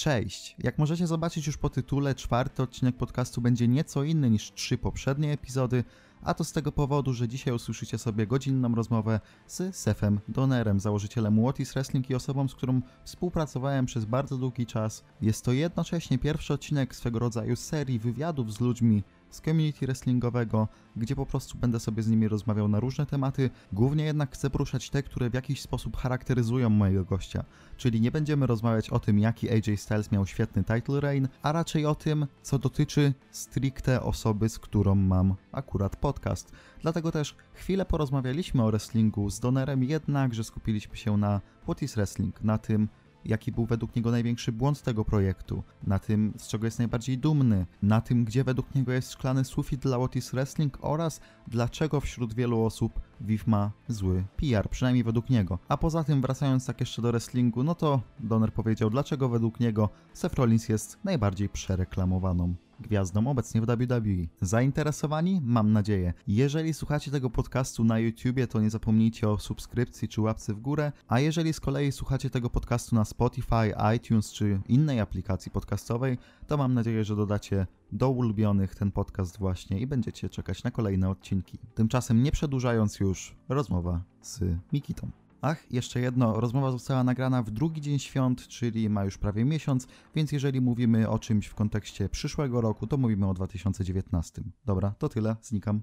Cześć! Jak możecie zobaczyć już po tytule, 4. odcinek podcastu będzie nieco inny niż 3 poprzednie epizody, a to z tego powodu, że dzisiaj usłyszycie sobie godzinną rozmowę z Sefem Donnerem, założycielem What is Wrestling i osobą, z którą współpracowałem przez bardzo długi czas. Jest to jednocześnie pierwszy odcinek swego rodzaju serii wywiadów z ludźmi z community wrestlingowego, gdzie po prostu będę sobie z nimi rozmawiał na różne tematy, głównie jednak chcę poruszać te, które w jakiś sposób charakteryzują mojego gościa, czyli nie będziemy rozmawiać o tym, jaki AJ Styles miał świetny title reign, a raczej o tym, co dotyczy stricte osoby, z którą mam akurat podcast. Dlatego też chwilę porozmawialiśmy o wrestlingu z Donnerem, jednakże skupiliśmy się na What is Wrestling, na tym, jaki był według niego największy błąd tego projektu, na tym, z czego jest najbardziej dumny, na tym, gdzie według niego jest szklany sufit dla What is Wrestling oraz dlaczego wśród wielu osób VIF ma zły PR, przynajmniej według niego. A poza tym, wracając tak jeszcze do wrestlingu, no to Donner powiedział, dlaczego według niego Seth Rollins jest najbardziej przereklamowaną gwiazdą obecnie w WWE. Zainteresowani? Mam nadzieję. Jeżeli słuchacie tego podcastu na YouTubie, to nie zapomnijcie o subskrypcji czy łapce w górę, a jeżeli z kolei słuchacie tego podcastu na Spotify, iTunes czy innej aplikacji podcastowej, to mam nadzieję, że dodacie do ulubionych ten podcast właśnie i będziecie czekać na kolejne odcinki. Tymczasem nie przedłużając już, rozmowa z Mikitą. Ach, jeszcze jedno, rozmowa została nagrana w drugi dzień świąt, czyli ma już prawie miesiąc, więc jeżeli mówimy o czymś w kontekście przyszłego roku, to mówimy o 2019. Dobra, to tyle, znikam.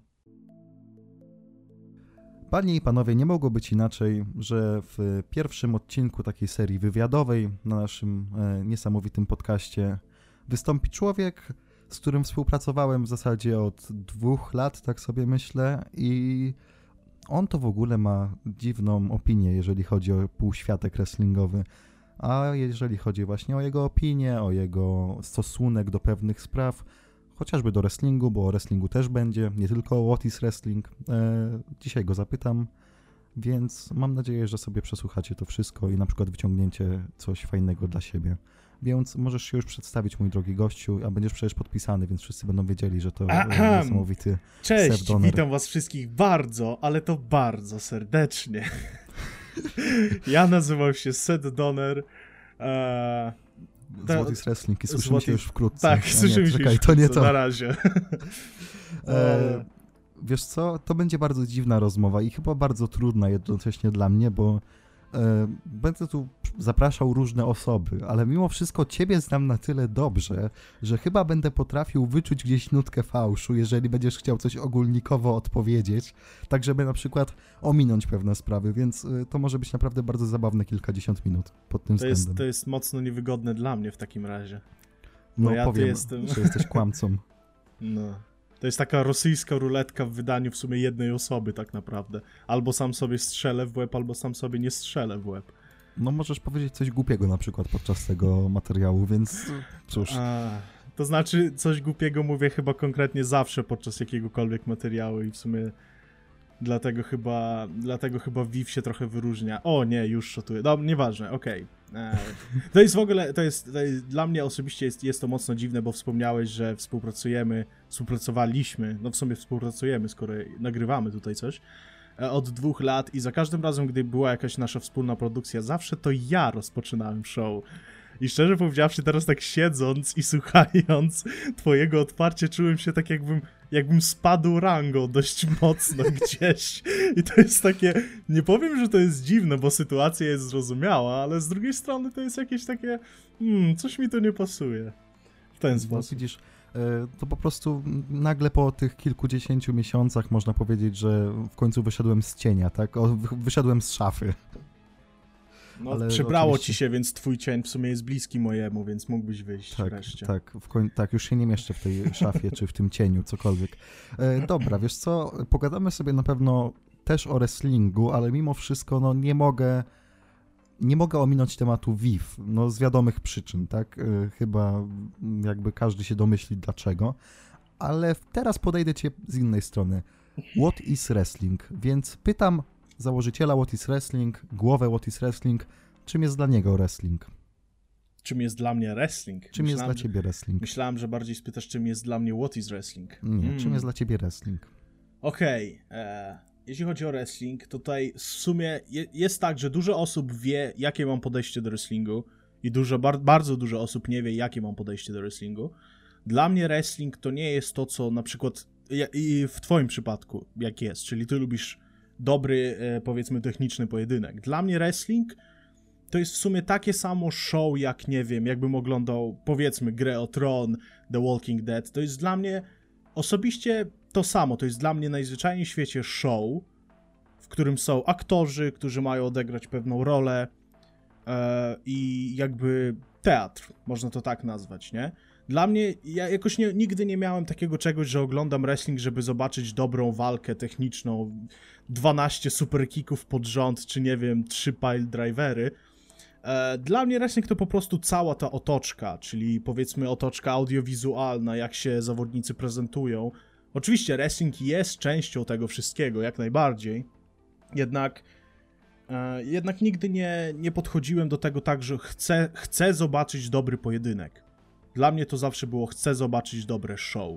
Panie i panowie, nie mogło być inaczej, że w pierwszym odcinku takiej serii wywiadowej na naszym niesamowitym podcaście wystąpi człowiek, z którym współpracowałem w zasadzie od 2 lat, tak sobie myślę, i on to w ogóle ma dziwną opinię, jeżeli chodzi o półświatek wrestlingowy, a jeżeli chodzi właśnie o jego opinię, o jego stosunek do pewnych spraw, chociażby do wrestlingu, bo o wrestlingu też będzie, nie tylko o What is Wrestling, dzisiaj go zapytam, więc mam nadzieję, że sobie przesłuchacie to wszystko i na przykład wyciągnięcie coś fajnego dla siebie. Więc możesz się już przedstawić, mój drogi gościu, a będziesz przecież podpisany, więc wszyscy będą wiedzieli, że to niesamowity Cześć, Seth Donner. Witam was wszystkich bardzo, ale to bardzo serdecznie. Ja nazywam się Seth Donner. Z What is Wrestling i słyszymy się już wkrótce. Tak, słyszymy się już to nie wkrótce, to. na razie. Wiesz co, to będzie bardzo dziwna rozmowa i chyba bardzo trudna jednocześnie dla mnie, bo będę tu zapraszał różne osoby, ale mimo wszystko ciebie znam na tyle dobrze, że chyba będę potrafił wyczuć gdzieś nutkę fałszu, jeżeli będziesz chciał coś ogólnikowo odpowiedzieć, tak żeby na przykład ominąć pewne sprawy, więc to może być naprawdę bardzo zabawne kilkadziesiąt minut pod tym względem. To jest mocno niewygodne dla mnie w takim razie. No ja powiem, jestem... że jesteś kłamcą. No. To jest taka rosyjska ruletka w wydaniu w sumie jednej osoby tak naprawdę. Albo sam sobie strzelę w łeb, albo sam sobie nie strzelę w łeb. No możesz powiedzieć coś głupiego na przykład podczas tego materiału, więc cóż. To znaczy coś głupiego mówię chyba konkretnie zawsze podczas jakiegokolwiek materiału i w sumie dlatego chyba VIF się trochę wyróżnia. O nie, już szotuję. No, nieważne, okej. To jest w ogóle, to jest dla mnie osobiście jest to mocno dziwne, bo wspomniałeś, że współpracowaliśmy, no w sumie współpracujemy, skoro nagrywamy tutaj coś, od 2 lat i za każdym razem, gdy była jakaś nasza wspólna produkcja, zawsze to ja rozpoczynałem show. I szczerze powiedziawszy, teraz tak siedząc i słuchając twojego otwarcia, czułem się tak jakbym spadł rangą dość mocno gdzieś. I to jest takie, nie powiem, że to jest dziwne, bo sytuacja jest zrozumiała, ale z drugiej strony to jest jakieś takie, coś mi tu nie pasuje. W ten sposób. No, widzisz, to po prostu nagle po tych kilkudziesięciu miesiącach można powiedzieć, że w końcu wyszedłem z cienia, tak? Wyszedłem z szafy. No, ale przebrało oczywiście... ci się, więc twój cień w sumie jest bliski mojemu, więc mógłbyś wyjść wreszcie. Tak, już się nie mieszczę w tej szafie, czy w tym cieniu, cokolwiek. Dobra, wiesz co, pogadamy sobie na pewno też o wrestlingu, ale mimo wszystko, no nie mogę ominąć tematu VIF, no z wiadomych przyczyn, tak? Chyba jakby każdy się domyśli dlaczego, ale teraz podejdę cię z innej strony. What is wrestling? Więc pytam założyciela What is Wrestling, głowę What is Wrestling, czym jest dla niego wrestling? Czym jest dla mnie wrestling? Czym jest dla ciebie wrestling? Myślałem, że bardziej spytasz, czym jest dla mnie What is Wrestling. Nie, czym jest dla ciebie wrestling? Okej, jeśli chodzi o wrestling, tutaj w sumie jest tak, że dużo osób wie, jakie mam podejście do wrestlingu i bardzo dużo osób nie wie, jakie mam podejście do wrestlingu. Dla mnie wrestling to nie jest to, co na przykład i w twoim przypadku jak jest, czyli ty lubisz dobry, powiedzmy, techniczny pojedynek. Dla mnie wrestling to jest w sumie takie samo show, jak, nie wiem, jakbym oglądał, powiedzmy, grę o Tron, The Walking Dead. To jest dla mnie osobiście to samo. To jest dla mnie najzwyczajniej w świecie show, w którym są aktorzy, którzy mają odegrać pewną rolę i jakby teatr, można to tak nazwać, nie? Dla mnie, ja jakoś nigdy nie miałem takiego czegoś, że oglądam wrestling, żeby zobaczyć dobrą walkę techniczną, 12 superkicków pod rząd, czy nie wiem, 3 piledrivery. Dla mnie wrestling to po prostu cała ta otoczka, czyli powiedzmy otoczka audiowizualna, jak się zawodnicy prezentują. Oczywiście wrestling jest częścią tego wszystkiego, jak najbardziej, jednak nigdy nie podchodziłem do tego tak, że chcę zobaczyć dobry pojedynek. Dla mnie to zawsze było, chcę zobaczyć dobre show.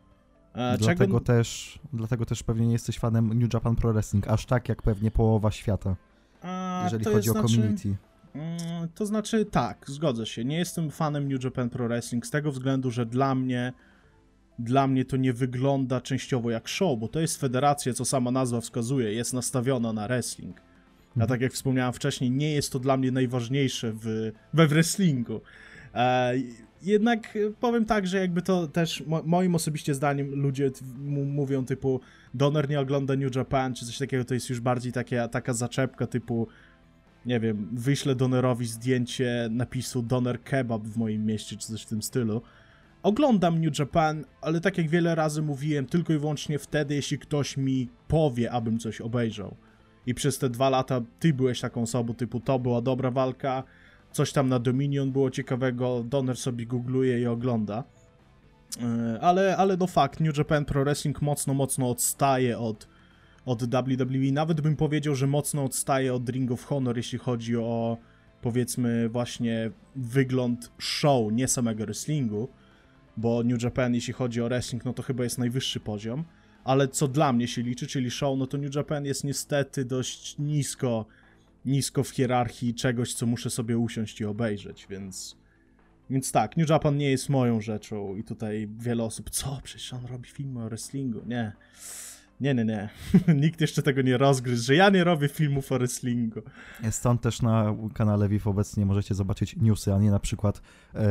Dlatego też pewnie nie jesteś fanem New Japan Pro Wrestling, aż tak jak pewnie połowa świata, jeżeli chodzi o community. To znaczy tak, zgodzę się. Nie jestem fanem New Japan Pro Wrestling z tego względu, że dla mnie to nie wygląda częściowo jak show, bo to jest federacja, co sama nazwa wskazuje, jest nastawiona na wrestling. A tak jak wspomniałem wcześniej, nie jest to dla mnie najważniejsze we wrestlingu. Jednak powiem tak, że jakby to też moim osobiście zdaniem ludzie mówią typu Donner nie ogląda New Japan, czy coś takiego, to jest już bardziej taka zaczepka typu, nie wiem, wyślę Donnerowi zdjęcie napisu Donner Kebab w moim mieście, czy coś w tym stylu. Oglądam New Japan, ale tak jak wiele razy mówiłem, tylko i wyłącznie wtedy, jeśli ktoś mi powie, abym coś obejrzał. I przez te 2 lata ty byłeś taką osobą, typu to była dobra walka, coś tam na Dominion było ciekawego, Donner sobie googluje i ogląda. Ale no fakt, New Japan Pro Wrestling mocno odstaje od WWE. Nawet bym powiedział, że mocno odstaje od Ring of Honor, jeśli chodzi o, powiedzmy, właśnie wygląd show, nie samego wrestlingu, bo New Japan, jeśli chodzi o wrestling, no to chyba jest najwyższy poziom, ale co dla mnie się liczy, czyli show, no to New Japan jest niestety dość nisko w hierarchii czegoś, co muszę sobie usiąść i obejrzeć, więc tak, New Japan nie jest moją rzeczą i tutaj wiele osób, co, przecież on robi filmy o wrestlingu, nie. Nikt jeszcze tego nie rozgryzł, że ja nie robię filmów o wrestlingu. Stąd też na kanale WIF obecnie możecie zobaczyć newsy, a nie na przykład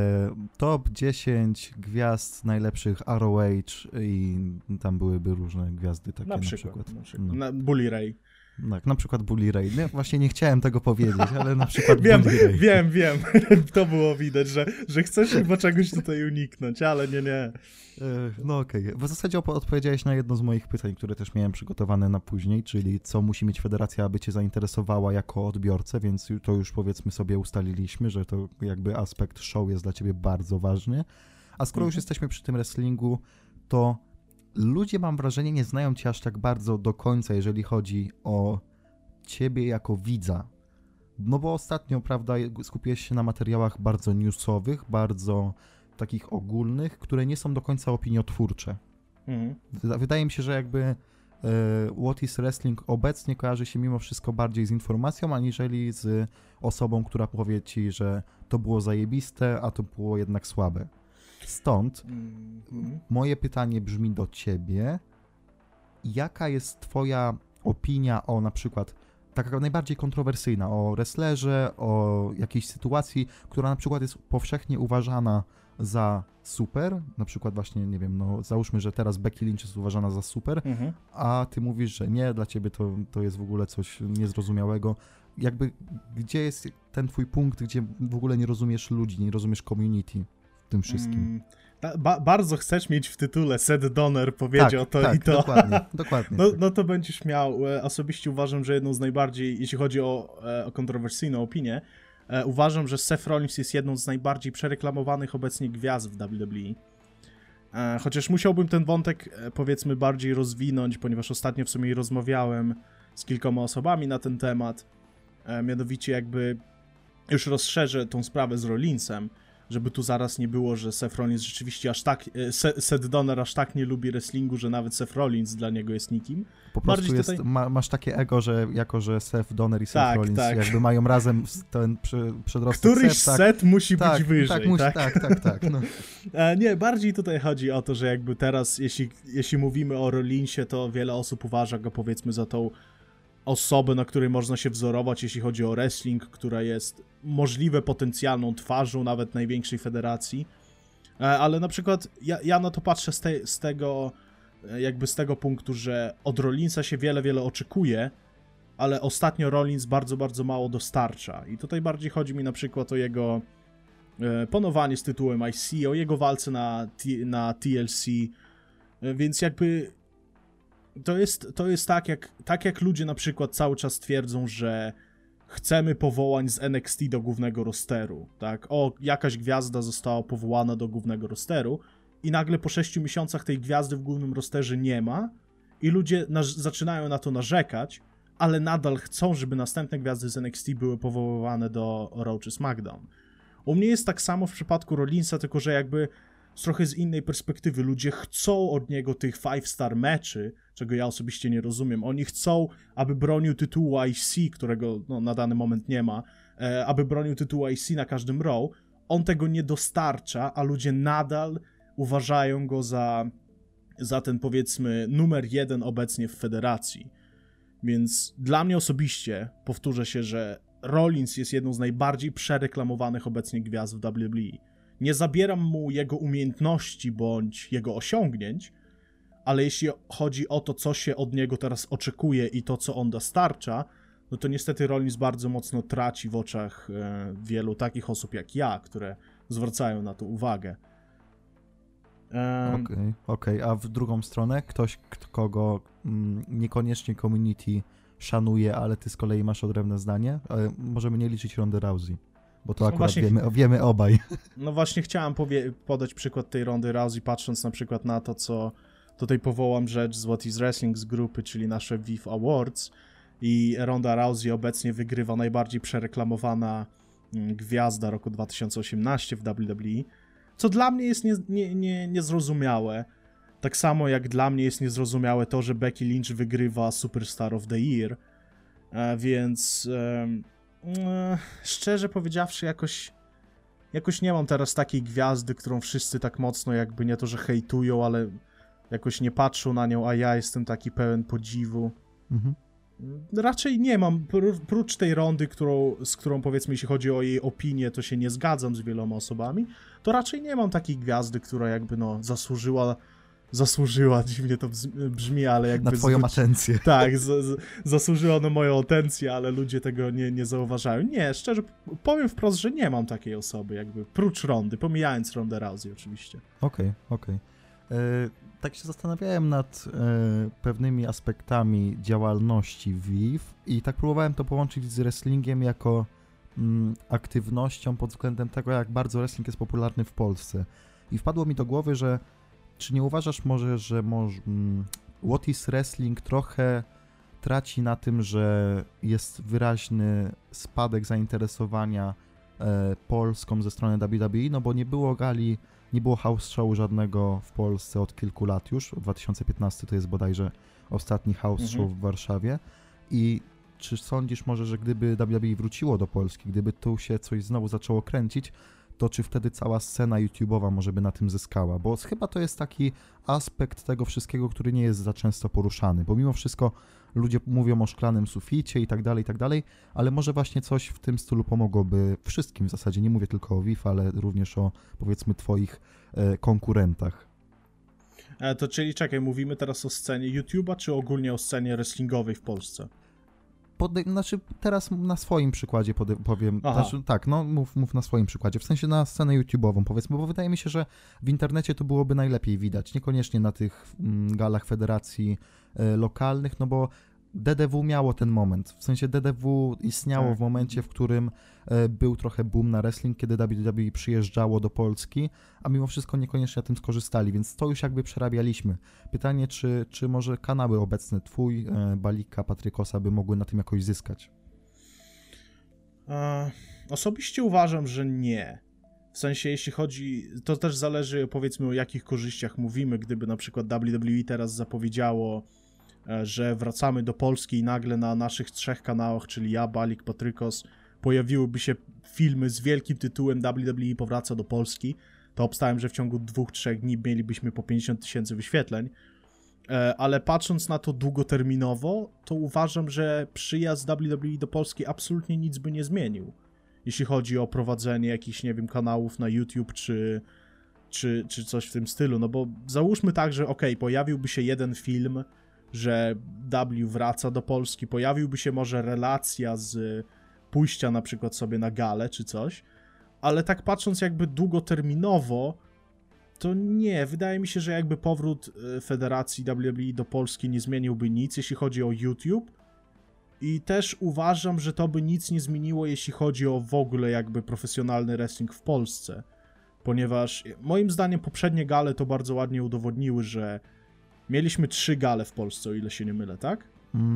top 10 gwiazd najlepszych ROH i tam byłyby różne gwiazdy takie na przykład. No. Bully Ray. Tak, na przykład Bully Ray. No, właśnie nie chciałem tego powiedzieć, ale na przykład Bully Ray. Wiem. To było widać, że chcesz chyba czegoś tutaj uniknąć, ale nie. No okej. W zasadzie odpowiedziałeś na jedno z moich pytań, które też miałem przygotowane na później, czyli co musi mieć federacja, aby cię zainteresowała jako odbiorcę, więc to już powiedzmy sobie ustaliliśmy, że to jakby aspekt show jest dla ciebie bardzo ważny. A skoro już jesteśmy przy tym wrestlingu, to ludzie, mam wrażenie, nie znają cię aż tak bardzo do końca, jeżeli chodzi o ciebie jako widza. No bo ostatnio, prawda, skupiłeś się na materiałach bardzo newsowych, bardzo takich ogólnych, które nie są do końca opiniotwórcze. Wydaje mi się, że jakby What is Wrestling obecnie kojarzy się mimo wszystko bardziej z informacją, aniżeli z osobą, która powie ci, że to było zajebiste, a to było jednak słabe. Stąd moje pytanie brzmi do ciebie, jaka jest twoja opinia o na przykład, taka najbardziej kontrowersyjna, o wrestlerze, o jakiejś sytuacji, która na przykład jest powszechnie uważana za super, na przykład właśnie, nie wiem, no załóżmy, że teraz Becky Lynch jest uważana za super, a ty mówisz, że nie, dla ciebie to jest w ogóle coś niezrozumiałego. Jakby, gdzie jest ten twój punkt, gdzie w ogóle nie rozumiesz ludzi, nie rozumiesz community w tym wszystkim? Bardzo chcesz mieć w tytule Seth Donner powiedział to i to. Dokładnie. No to będziesz miał, osobiście uważam, że jedną z najbardziej, jeśli chodzi o kontrowersyjną opinię, uważam, że Seth Rollins jest jedną z najbardziej przereklamowanych obecnie gwiazd w WWE. Chociaż musiałbym ten wątek, powiedzmy, bardziej rozwinąć, ponieważ ostatnio w sumie rozmawiałem z kilkoma osobami na ten temat. Mianowicie jakby już rozszerzę tą sprawę z Rollinsem. żeby tu zaraz nie było, że Seth Rollins rzeczywiście aż tak, Seth Donner aż tak nie lubi wrestlingu, że nawet Seth Rollins dla niego jest nikim. Po prostu jest, tutaj... masz takie ego, że jako, że Seth Donner i Seth Rollins jakby mają razem ten przedrostek któryś Seth musi być wyżej, tak. No. Nie, bardziej tutaj chodzi o to, że jakby teraz, jeśli mówimy o Rollinsie, to wiele osób uważa go powiedzmy za tą osobę, na której można się wzorować, jeśli chodzi o wrestling, która jest możliwe potencjalną twarzą nawet największej federacji. Ale na przykład ja na to patrzę z tego punktu, że od Rollinsa się wiele oczekuje, ale ostatnio Rollins bardzo, bardzo mało dostarcza. I tutaj bardziej chodzi mi na przykład o jego ponowanie z tytułem IC, o jego walce na TLC, więc jakby to jest tak jak ludzie na przykład cały czas twierdzą, że chcemy powołań z NXT do głównego rosteru, tak? O, jakaś gwiazda została powołana do głównego rosteru i nagle po 6 miesiącach tej gwiazdy w głównym rosterze nie ma i ludzie zaczynają na to narzekać, ale nadal chcą, żeby następne gwiazdy z NXT były powoływane do Raw czy SmackDown. U mnie jest tak samo w przypadku Rollinsa, tylko że jakby trochę z innej perspektywy. Ludzie chcą od niego tych 5-star meczy, czego ja osobiście nie rozumiem. Oni chcą, aby bronił tytułu IC, którego na dany moment nie ma, aby bronił tytułu IC na każdym Raw. On tego nie dostarcza, a ludzie nadal uważają go za ten, powiedzmy, numer 1 obecnie w federacji. Więc dla mnie osobiście, powtórzę się, że Rollins jest jedną z najbardziej przereklamowanych obecnie gwiazd w WWE. Nie zabieram mu jego umiejętności bądź jego osiągnięć, ale jeśli chodzi o to, co się od niego teraz oczekuje i to, co on dostarcza, no to niestety Rollins bardzo mocno traci w oczach wielu takich osób jak ja, które zwracają na to uwagę. Okej. A w drugą stronę ktoś, kogo niekoniecznie community szanuje, ale ty z kolei masz odrębne zdanie? Możemy nie liczyć Rondy Rousey, bo to akurat wiemy obaj. No właśnie chciałem podać przykład tej Rondy Rousey, patrząc na przykład na to, co tutaj powołam rzecz z What is Wrestling z grupy, czyli nasze VIV Awards, i Ronda Rousey obecnie wygrywa najbardziej przereklamowana gwiazda roku 2018 w WWE, co dla mnie jest niezrozumiałe. Tak samo jak dla mnie jest niezrozumiałe to, że Becky Lynch wygrywa Superstar of the Year, więc szczerze powiedziawszy jakoś nie mam teraz takiej gwiazdy, którą wszyscy tak mocno jakby nie to, że hejtują, ale jakoś nie patrzą na nią, a ja jestem taki pełen podziwu. Mhm. Raczej nie mam, prócz tej Rondy, z którą powiedzmy, jeśli chodzi o jej opinię, to się nie zgadzam z wieloma osobami, to raczej nie mam takiej gwiazdy, która jakby zasłużyła, dziwnie to brzmi, ale jakby... Na twoją atencję. Tak, zasłużyła na moją atencję, ale ludzie tego nie zauważają. Nie, szczerze, powiem wprost, że nie mam takiej osoby, jakby prócz Rondy, pomijając Rondę Rousey oczywiście. Okej. Tak się zastanawiałem nad pewnymi aspektami działalności VIV i tak próbowałem to połączyć z wrestlingiem jako aktywnością pod względem tego, jak bardzo wrestling jest popularny w Polsce. I wpadło mi do głowy, że czy nie uważasz może, że What is Wrestling trochę traci na tym, że jest wyraźny spadek zainteresowania Polską ze strony WWE, no bo nie było gali, nie było house show żadnego w Polsce od kilku lat już, 2015 to jest bodajże ostatni house show w Warszawie. I czy sądzisz może, że gdyby WWE wróciło do Polski, gdyby tu się coś znowu zaczęło kręcić, to czy wtedy cała scena YouTube'owa może by na tym zyskała? Bo chyba to jest taki aspekt tego wszystkiego, który nie jest za często poruszany, bo mimo wszystko ludzie mówią o szklanym suficie i tak dalej, ale może właśnie coś w tym stylu pomogłoby wszystkim w zasadzie, nie mówię tylko o VIV, ale również o, powiedzmy, twoich konkurentach. To czyli czekaj, mówimy teraz o scenie YouTube'a, czy ogólnie o scenie wrestlingowej w Polsce? Znaczy teraz na swoim przykładzie powiem, znaczy, tak, no mów na swoim przykładzie, w sensie na scenę YouTube'ową powiedzmy, bo wydaje mi się, że w internecie to byłoby najlepiej widać, niekoniecznie na tych galach federacji lokalnych, no bo DDW miało ten moment, w sensie DDW istniało w momencie, w którym był trochę boom na wrestling, kiedy WWE przyjeżdżało do Polski, a mimo wszystko niekoniecznie na tym skorzystali, więc to już jakby przerabialiśmy. Pytanie, czy może kanały obecne, twój, Balika, Patrykosa, by mogły na tym jakoś zyskać? Osobiście uważam, że nie. W W sensie, jeśli chodzi, to też zależy, powiedzmy, o jakich korzyściach mówimy, gdyby na przykład WWE teraz zapowiedziało, że wracamy do Polski i nagle na naszych 3 kanałach, czyli ja, Balik, Patrykos, pojawiłyby się filmy z wielkim tytułem WWE powraca do Polski, to obstałem, że w ciągu 2-3 dni mielibyśmy po 50 000 wyświetleń, ale patrząc na to długoterminowo, to uważam, że przyjazd WWE do Polski absolutnie nic by nie zmienił, jeśli chodzi o prowadzenie jakichś, nie wiem, kanałów na YouTube czy coś w tym stylu, no bo załóżmy tak, że pojawiłby się jeden film, że W wraca do Polski, pojawiłby się może relacja z pójścia na przykład sobie na galę czy coś, ale tak patrząc jakby długoterminowo, to nie, wydaje mi się, że jakby powrót Federacji WWE do Polski nie zmieniłby nic, jeśli chodzi o YouTube, i też uważam, że to by nic nie zmieniło, jeśli chodzi o w ogóle jakby profesjonalny wrestling w Polsce, ponieważ moim zdaniem poprzednie gale to bardzo ładnie udowodniły, że mieliśmy 3 gale w Polsce, o ile się nie mylę, tak?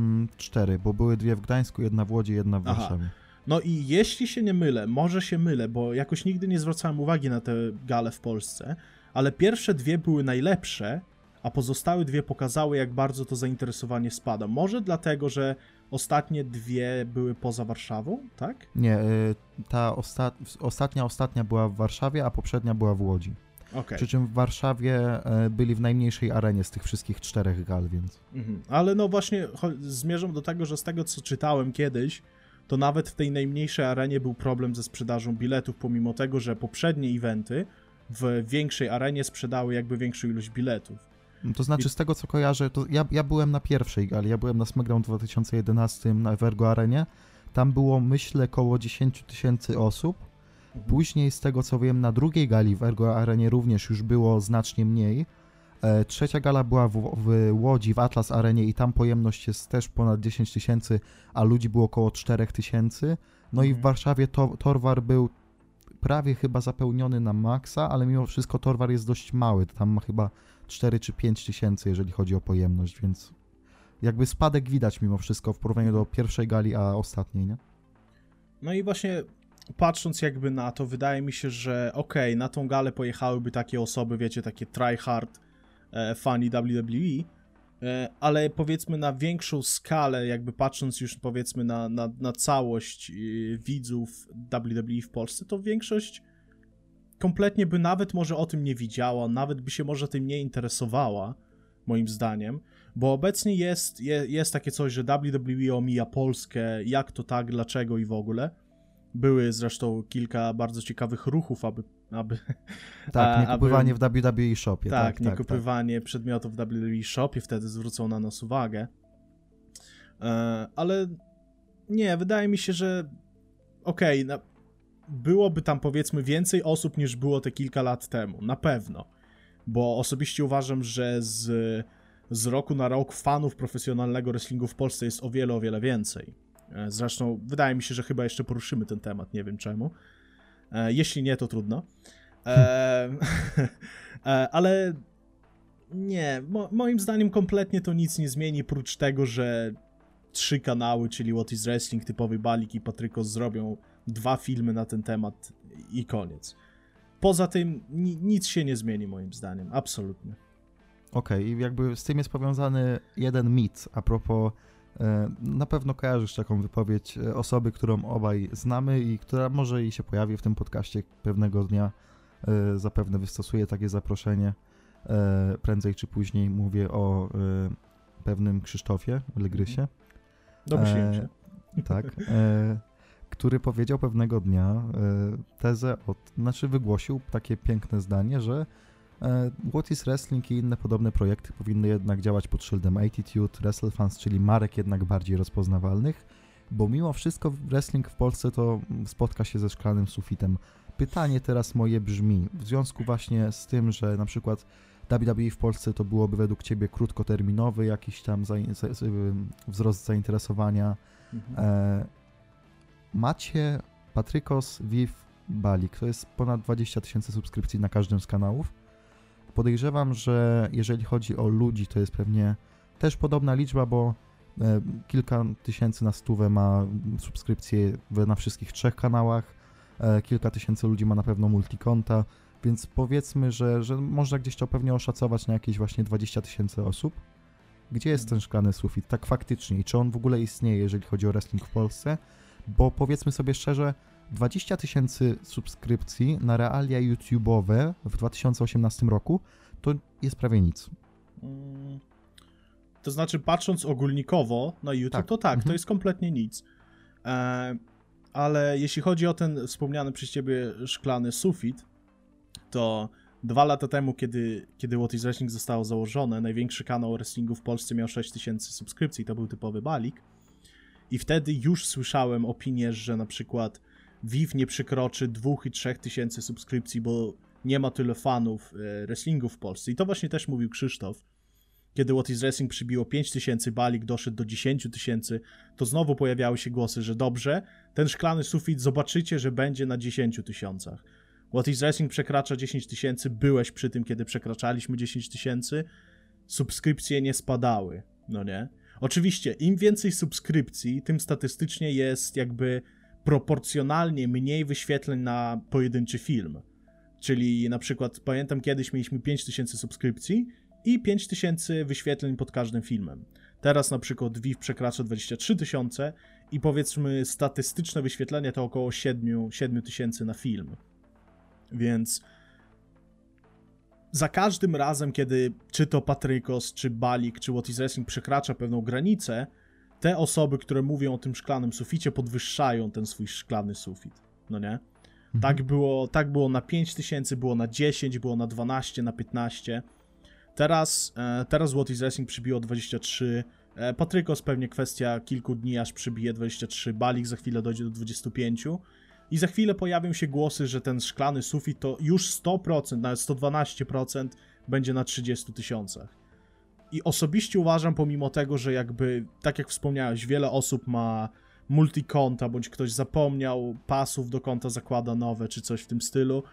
4, bo były 2 w Gdańsku, 1 w Łodzi, 1 w Warszawie. No i jeśli się nie mylę, może się mylę, bo jakoś nigdy nie zwracałem uwagi na te gale w Polsce, ale pierwsze 2 były najlepsze, a pozostałe 2 pokazały, jak bardzo to zainteresowanie spada. Może dlatego, że ostatnie 2 były poza Warszawą, tak? Nie, ta ostatnia była w Warszawie, a poprzednia była w Łodzi. Okay. Przy czym w Warszawie byli w najmniejszej arenie z tych wszystkich 4 gal, więc... Ale no właśnie zmierzam do tego, że z tego, co czytałem kiedyś, to nawet w tej najmniejszej arenie był problem ze sprzedażą biletów, pomimo tego, że poprzednie eventy w większej arenie sprzedały jakby większą ilość biletów. To znaczy, z tego co kojarzę, to ja byłem na pierwszej gali, ja byłem na SmackDown 2011 w Ergo Arenie, tam było, myślę, około 10 000 osób. Później, z tego co wiem, na drugiej gali w Ergo Arenie również już było znacznie mniej. Trzecia gala była w Łodzi, w Atlas Arenie, i tam pojemność jest też ponad 10 000, a ludzi było około 4 000. No i w Warszawie Torwar był prawie chyba zapełniony na maksa, ale mimo wszystko Torwar jest dość mały. Tam ma chyba 4 czy 5 tysięcy, jeżeli chodzi o pojemność, więc jakby spadek widać mimo wszystko w porównaniu do pierwszej gali, a ostatniej, nie? No i właśnie patrząc jakby na to, wydaje mi się, że na tą galę pojechałyby takie osoby, wiecie, takie tryhard fani WWE, ale powiedzmy na większą skalę, jakby patrząc już powiedzmy na całość widzów WWE w Polsce, to większość kompletnie by nawet może o tym nie widziała, nawet by się może tym nie interesowała, moim zdaniem, bo obecnie jest takie coś, że WWE omija Polskę, jak to tak, dlaczego i w ogóle. Były zresztą kilka bardzo ciekawych ruchów, aby tak, nie kupywanie w WWE Shopie. Tak, nie kupywanie przedmiotów w WWE Shopie, wtedy zwrócą na nas uwagę. Ale nie, wydaje mi się, że byłoby tam powiedzmy więcej osób niż było te kilka lat temu, na pewno. Bo osobiście uważam, że z roku na rok fanów profesjonalnego wrestlingu w Polsce jest o wiele więcej. Zresztą wydaje mi się, że chyba jeszcze poruszymy ten temat, nie wiem czemu. Jeśli nie, to trudno. Ale nie, moim zdaniem kompletnie to nic nie zmieni, prócz tego, że 3 kanały, czyli What is Wrestling, typowy Balik i Patrykos, zrobią 2 filmy na ten temat i koniec. Poza tym nic się nie zmieni moim zdaniem, absolutnie. I jakby z tym jest powiązany jeden mit a propos, na pewno kojarzysz taką wypowiedź osoby, którą obaj znamy i która może i się pojawi w tym podcaście pewnego dnia, zapewne wystosuje takie zaproszenie, prędzej czy później. Mówię o pewnym Krzysztofie Legrysie. Domyśliłem się. Tak, który powiedział pewnego dnia tezę, wygłosił takie piękne zdanie, że What is Wrestling i inne podobne projekty powinny jednak działać pod szyldem Attitude, WrestleFans, czyli marek jednak bardziej rozpoznawalnych, bo mimo wszystko wrestling w Polsce to spotka się ze szklanym sufitem. Pytanie teraz moje brzmi, w związku właśnie z tym, że na przykład WWE w Polsce to byłoby według Ciebie krótkoterminowy jakiś tam wzrost zainteresowania. Macie Patrykos, Viv, Balik, to jest ponad 20 000 subskrypcji na każdym z kanałów. Podejrzewam, że jeżeli chodzi o ludzi, to jest pewnie też podobna liczba, bo kilka tysięcy na 100 ma subskrypcje na wszystkich 3 kanałach. kilka tysięcy ludzi ma na pewno multikonta, więc powiedzmy, że można gdzieś to pewnie oszacować na jakieś właśnie 20 000 osób. Gdzie jest ten szklany sufit? Tak faktycznie. I czy on w ogóle istnieje, jeżeli chodzi o wrestling w Polsce? Bo powiedzmy sobie szczerze, 20 000 subskrypcji na realia YouTube'owe w 2018 roku to jest prawie nic. To znaczy, patrząc ogólnikowo na YouTube, to to jest kompletnie nic. Ale jeśli chodzi o ten wspomniany przez ciebie szklany sufit, to 2 lata temu, kiedy What is Wrestling zostało założone, największy kanał wrestlingu w Polsce miał 6000 subskrypcji, to był typowy balik. I wtedy już słyszałem opinię, że na przykład Viv nie przekroczy 2 i 3 tysięcy subskrypcji, bo nie ma tyle fanów wrestlingu w Polsce. I to właśnie też mówił Krzysztof. Kiedy What is Wrestling przybiło 5000, balik doszedł do 10 000, to znowu pojawiały się głosy, że dobrze, ten szklany sufit zobaczycie, że będzie na 10 000. What is Wrestling przekracza 10 000, byłeś przy tym, kiedy przekraczaliśmy 10 000, subskrypcje nie spadały, no nie? Oczywiście, im więcej subskrypcji, tym statystycznie jest jakby proporcjonalnie mniej wyświetleń na pojedynczy film. Czyli na przykład, pamiętam kiedyś mieliśmy 5000 subskrypcji i 5000 wyświetleń pod każdym filmem. Teraz na przykład Viv przekracza 23 000 i powiedzmy statystyczne wyświetlenie to około 7 000 na film. Więc za każdym razem, kiedy czy to Patrykos, czy Balik, czy What is Wrestling przekracza pewną granicę, te osoby, które mówią o tym szklanym suficie, podwyższają ten swój szklany sufit, no nie? Tak było na 5000, było na 10, było na 12, na 15. Teraz What is Wrestling przybiło 23. Patrykos pewnie kwestia kilku dni, aż przybije 23. Balik za chwilę dojdzie do 25. I za chwilę pojawią się głosy, że ten szklany sufit to już 100%, nawet 112% będzie na 30 000. I osobiście uważam, pomimo tego, że jakby, tak jak wspomniałeś, wiele osób ma multikonta, bądź ktoś zapomniał pasów do konta, zakłada nowe, czy coś w tym stylu,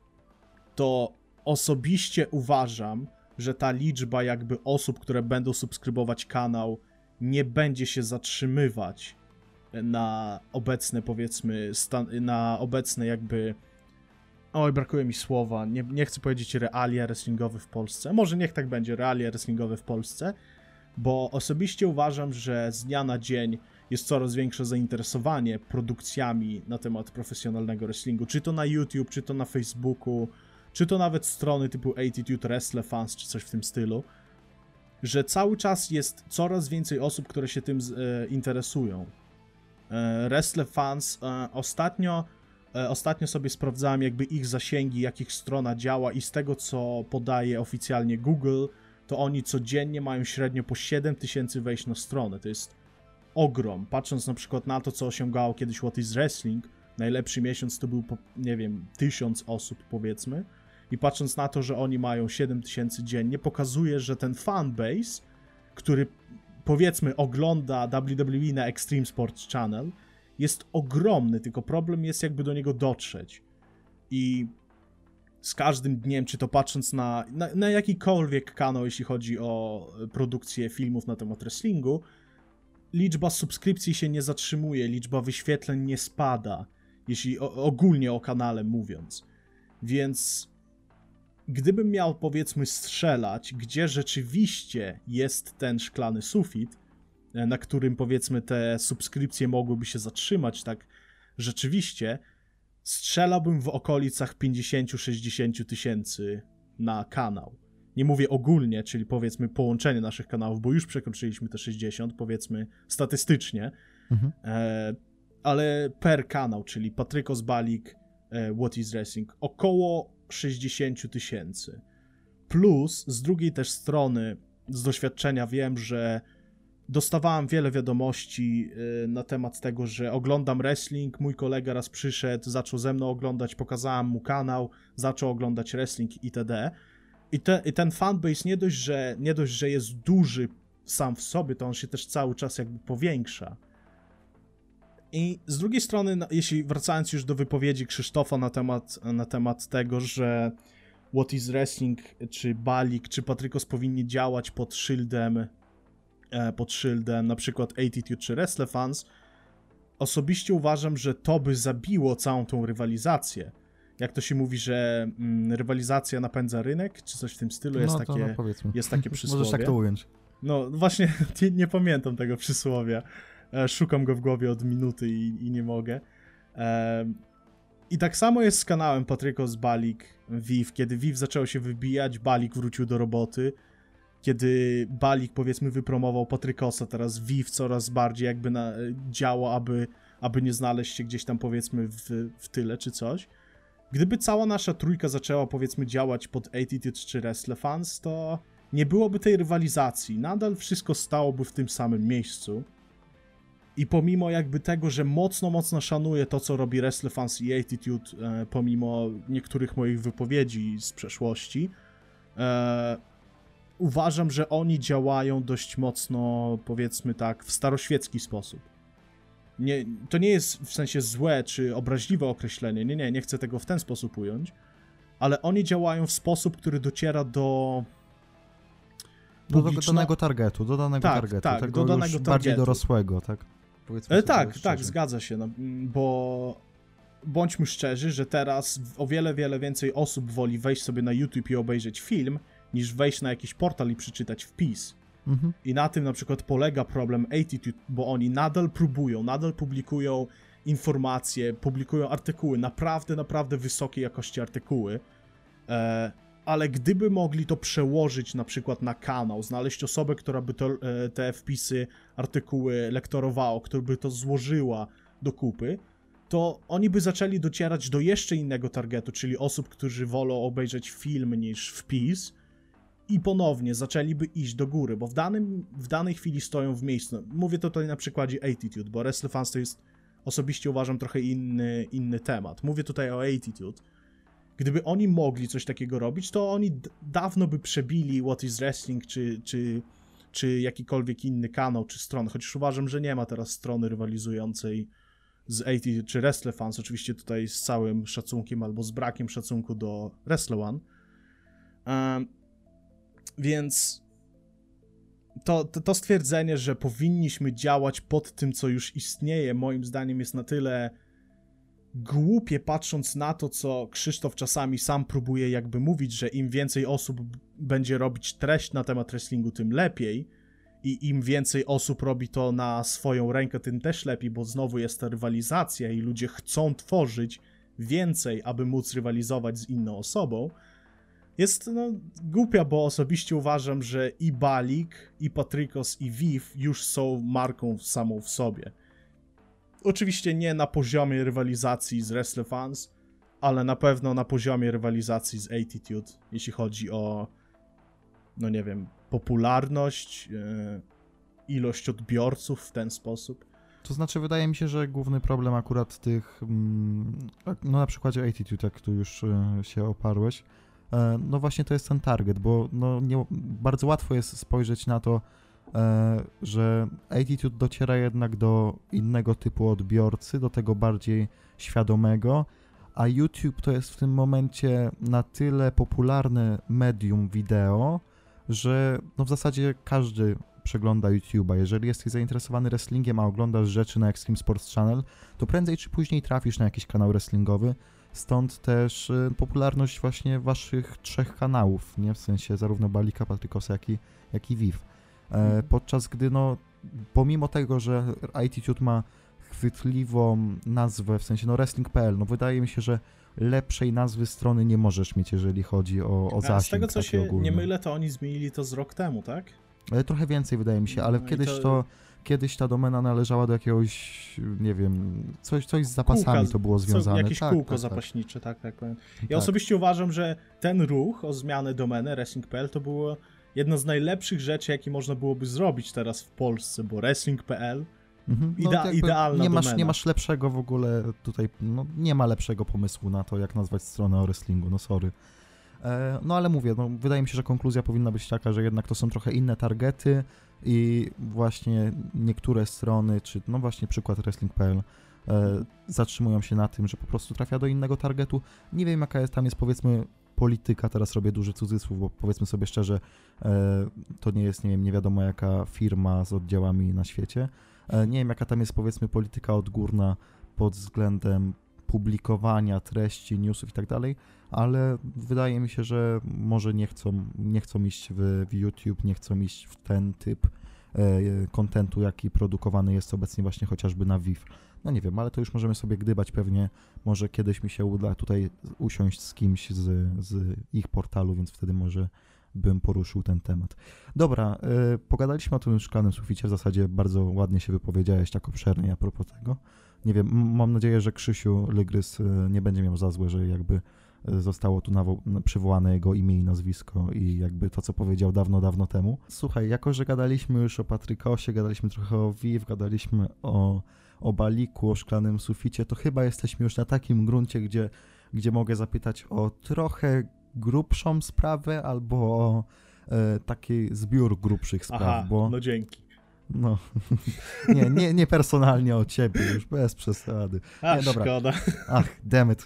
to osobiście uważam, że ta liczba jakby osób, które będą subskrybować kanał, nie będzie się zatrzymywać na obecne, powiedzmy, na obecne jakby... Oj, brakuje mi słowa, nie chcę powiedzieć realia wrestlingowe w Polsce. Może niech tak będzie, realia wrestlingowe w Polsce, bo osobiście uważam, że z dnia na dzień jest coraz większe zainteresowanie produkcjami na temat profesjonalnego wrestlingu, czy to na YouTube, czy to na Facebooku, czy to nawet strony typu Attitude Wrestle Fans, czy coś w tym stylu, że cały czas jest coraz więcej osób, które się tym interesują. Wrestle Fans ostatnio sobie sprawdzałem jakby ich zasięgi, jak ich strona działa i z tego, co podaje oficjalnie Google, to oni codziennie mają średnio po 7000 wejść na stronę. To jest ogrom. Patrząc na przykład na to, co osiągało kiedyś What is Wrestling, najlepszy miesiąc to był, nie wiem, 1000 osób powiedzmy, i patrząc na to, że oni mają 7000 dziennie, pokazuje, że ten fanbase, który powiedzmy ogląda WWE na Extreme Sports Channel, jest ogromny, tylko problem jest jakby do niego dotrzeć. I z każdym dniem, czy to patrząc na jakikolwiek kanał, jeśli chodzi o produkcję filmów na temat wrestlingu, liczba subskrypcji się nie zatrzymuje, liczba wyświetleń nie spada, jeśli ogólnie o kanale mówiąc. Więc gdybym miał, powiedzmy, strzelać, gdzie rzeczywiście jest ten szklany sufit, na którym, powiedzmy, te subskrypcje mogłyby się zatrzymać, tak rzeczywiście, strzelałbym w okolicach 50-60 tysięcy na kanał. Nie mówię ogólnie, czyli powiedzmy połączenie naszych kanałów, bo już przekroczyliśmy te 60, powiedzmy statystycznie, ale per kanał, czyli Patrykos, Balik, What is Wrestling, około 60 tysięcy. Plus, z drugiej też strony, z doświadczenia wiem, że dostawałem wiele wiadomości na temat tego, że oglądam wrestling, mój kolega raz przyszedł, zaczął ze mną oglądać, pokazałem mu kanał, zaczął oglądać wrestling itd. I ten fanbase nie dość, że jest duży sam w sobie, to on się też cały czas jakby powiększa. I z drugiej strony, jeśli wracając już do wypowiedzi Krzysztofa na temat tego, że What is Wrestling, czy Balik, czy Patrykos powinni działać pod szyldem na przykład Attitude czy Wrestle Fans, osobiście uważam, że to by zabiło całą tą rywalizację. Jak to się mówi, że rywalizacja napędza rynek, czy coś w tym stylu, jest takie przysłowie. Możesz tak to ująć. No właśnie, nie pamiętam tego przysłowia. Szukam go w głowie od minuty i nie mogę. I tak samo jest z kanałem Patrykos, Balik, Viv. Kiedy Viv zaczęło się wybijać, Balik wrócił do roboty. Kiedy Balik, powiedzmy, wypromował Patrykosa, teraz Viv coraz bardziej jakby działa, aby nie znaleźć się gdzieś tam, powiedzmy, w tyle czy coś. Gdyby cała nasza trójka zaczęła, powiedzmy, działać pod Attitude czy WrestleFans, to nie byłoby tej rywalizacji. Nadal wszystko stałoby w tym samym miejscu. I pomimo jakby tego, że mocno szanuję to, co robi WrestleFans i Attitude, pomimo niektórych moich wypowiedzi z przeszłości, uważam, że oni działają dość mocno, powiedzmy tak, w staroświecki sposób. To nie jest w sensie złe czy obraźliwe określenie, nie chcę tego w ten sposób ująć, ale oni działają w sposób, który dociera do danego targetu, tak, do danego targetu. Bardziej dorosłego, tak? Powiedzmy tak, zgadza się, no, bo bądźmy szczerzy, że teraz o wiele więcej osób woli wejść sobie na YouTube i obejrzeć film, niż wejść na jakiś portal i przeczytać wpis. I na tym na przykład polega problem Attitude, bo oni nadal próbują, nadal publikują informacje, publikują artykuły, naprawdę wysokiej jakości artykuły, ale gdyby mogli to przełożyć na przykład na kanał, znaleźć osobę, która by te wpisy, artykuły lektorowała, która by to złożyła do kupy, to oni by zaczęli docierać do jeszcze innego targetu, czyli osób, którzy wolą obejrzeć film niż wpis, i ponownie zaczęliby iść do góry, bo w danej chwili stoją w miejscu. Mówię to tutaj na przykładzie Attitude, bo WrestleFans to jest, osobiście uważam, trochę inny temat. Mówię tutaj o Attitude. Gdyby oni mogli coś takiego robić, to oni dawno by przebili What is Wrestling, czy jakikolwiek inny kanał, czy stronę, chociaż uważam, że nie ma teraz strony rywalizującej z Attitude, czy WrestleFans, oczywiście tutaj z całym szacunkiem, albo z brakiem szacunku do WrestleOne. Więc to stwierdzenie, że powinniśmy działać pod tym, co już istnieje, moim zdaniem jest na tyle głupie, patrząc na to, co Krzysztof czasami sam próbuje jakby mówić, że im więcej osób będzie robić treść na temat wrestlingu, tym lepiej, i im więcej osób robi to na swoją rękę, tym też lepiej, bo znowu jest ta rywalizacja i ludzie chcą tworzyć więcej, aby móc rywalizować z inną osobą. Jest głupia, bo osobiście uważam, że i Balik, i Patrykos, i Viv już są marką samą w sobie. Oczywiście nie na poziomie rywalizacji z WrestleFans, ale na pewno na poziomie rywalizacji z Attitude, jeśli chodzi o, nie wiem, popularność, ilość odbiorców w ten sposób. To znaczy, wydaje mi się, że główny problem akurat tych, na przykładzie Attitude, jak tu już się oparłeś, no właśnie to jest ten target, bo bardzo łatwo jest spojrzeć na to, że Attitude dociera jednak do innego typu odbiorcy, do tego bardziej świadomego, a YouTube to jest w tym momencie na tyle popularne medium wideo, że w zasadzie każdy przegląda YouTube'a. Jeżeli jesteś zainteresowany wrestlingiem, a oglądasz rzeczy na Extreme Sports Channel, to prędzej czy później trafisz na jakiś kanał wrestlingowy. Stąd też popularność właśnie waszych trzech kanałów, nie? W sensie zarówno Balika, Patrykosa, jak i Viv. Podczas gdy pomimo tego, że Attitude ma chwytliwą nazwę, w sensie wrestling.pl, wydaje mi się, że lepszej nazwy strony nie możesz mieć, jeżeli chodzi o zasięg. Z tego, co się ogólny. Nie mylę, to oni zmienili to z rok temu, tak? Trochę więcej wydaje mi się, ale kiedyś ta domena należała do jakiegoś, nie wiem, coś z zapasami to było związane. Jakieś kółko zapaśnicze, tak powiem. Ja osobiście uważam, że ten ruch o zmianę domeny wrestling.pl to było jedno z najlepszych rzeczy, jakie można byłoby zrobić teraz w Polsce, bo wrestling.pl idealna domena. Nie masz lepszego w ogóle tutaj, nie ma lepszego pomysłu na to, jak nazwać stronę o wrestlingu, sorry. Ale mówię, wydaje mi się, że konkluzja powinna być taka, że jednak to są trochę inne targety i właśnie niektóre strony, czy właśnie przykład wrestling.pl zatrzymują się na tym, że po prostu trafia do innego targetu. Nie wiem, jaka tam jest, powiedzmy, polityka, teraz robię duży cudzysłów, bo powiedzmy sobie szczerze, to nie jest, nie wiem, nie wiadomo jaka firma z oddziałami na świecie. Nie wiem, jaka tam jest, powiedzmy, polityka odgórna pod względem publikowania treści, newsów i tak dalej, ale wydaje mi się, że może nie chcą iść w YouTube, nie chcą iść w ten typ kontentu, jaki produkowany jest obecnie właśnie chociażby na VIV. No nie wiem, ale to już możemy sobie gdybać, pewnie może kiedyś mi się uda tutaj usiąść z kimś z ich portalu, więc wtedy może bym poruszył ten temat. Dobra, pogadaliśmy o tym szklanym suficie, w zasadzie bardzo ładnie się wypowiedziałeś, tak obszernie a propos tego. Nie wiem, mam nadzieję, że Krzysiu Lygrys nie będzie miał za złe, że jakby zostało tu przywołane jego imię i nazwisko i jakby to, co powiedział dawno temu. Słuchaj, jako że gadaliśmy już o Patrykosie, gadaliśmy trochę o VIV, gadaliśmy o Baliku, o szklanym suficie, to chyba jesteśmy już na takim gruncie, gdzie mogę zapytać o trochę grubszą sprawę albo o taki zbiór grubszych spraw. Aha, bo... no dzięki. No, nie personalnie o ciebie, już bez przesady. A, dobra. Szkoda. Ach, dammit.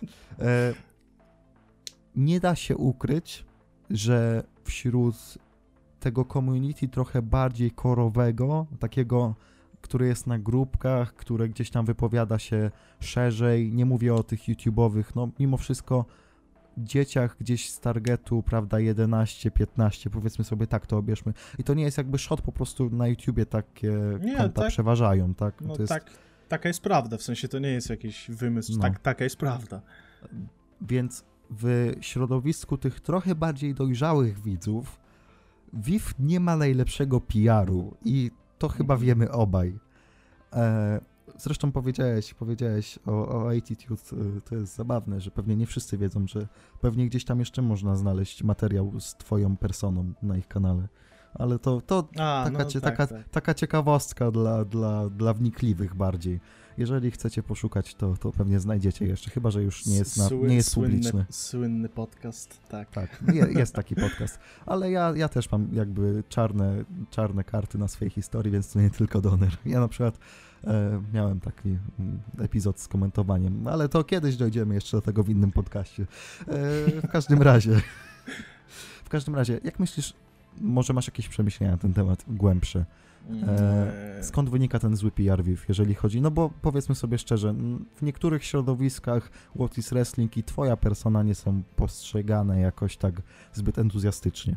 Nie da się ukryć, że wśród tego community trochę bardziej korowego, takiego, który jest na grupkach, które gdzieś tam wypowiada się szerzej, nie mówię o tych YouTube'owych, no mimo wszystko dzieciach gdzieś z targetu, prawda, 11, 15, powiedzmy sobie tak to obierzmy. I to nie jest jakby shot, po prostu na YouTubie takie konta przeważają, tak? No to jest... tak, taka jest prawda, w sensie to nie jest jakiś wymysł, No. taka jest prawda. Więc w środowisku tych trochę bardziej dojrzałych widzów VIV nie ma najlepszego PR-u i to chyba wiemy obaj. Zresztą powiedziałeś o Attitude, to jest zabawne, że pewnie nie wszyscy wiedzą, że pewnie gdzieś tam jeszcze można znaleźć materiał z twoją personą na ich kanale. Ale to taka ciekawostka dla wnikliwych bardziej. Jeżeli chcecie poszukać, to pewnie znajdziecie jeszcze, chyba że już nie jest publiczny. Słynny podcast, tak. Tak, jest taki podcast, ale ja też mam jakby czarne karty na swojej historii, więc to nie tylko Doner. Ja na przykład miałem taki epizod z komentowaniem, ale to kiedyś dojdziemy jeszcze do tego w innym podcaście. W każdym razie, jak myślisz, może masz jakieś przemyślenia na ten temat głębsze? Skąd wynika ten zły PR VIV, jeżeli chodzi, no bo powiedzmy sobie szczerze, w niektórych środowiskach What is Wrestling i twoja persona nie są postrzegane jakoś tak zbyt entuzjastycznie.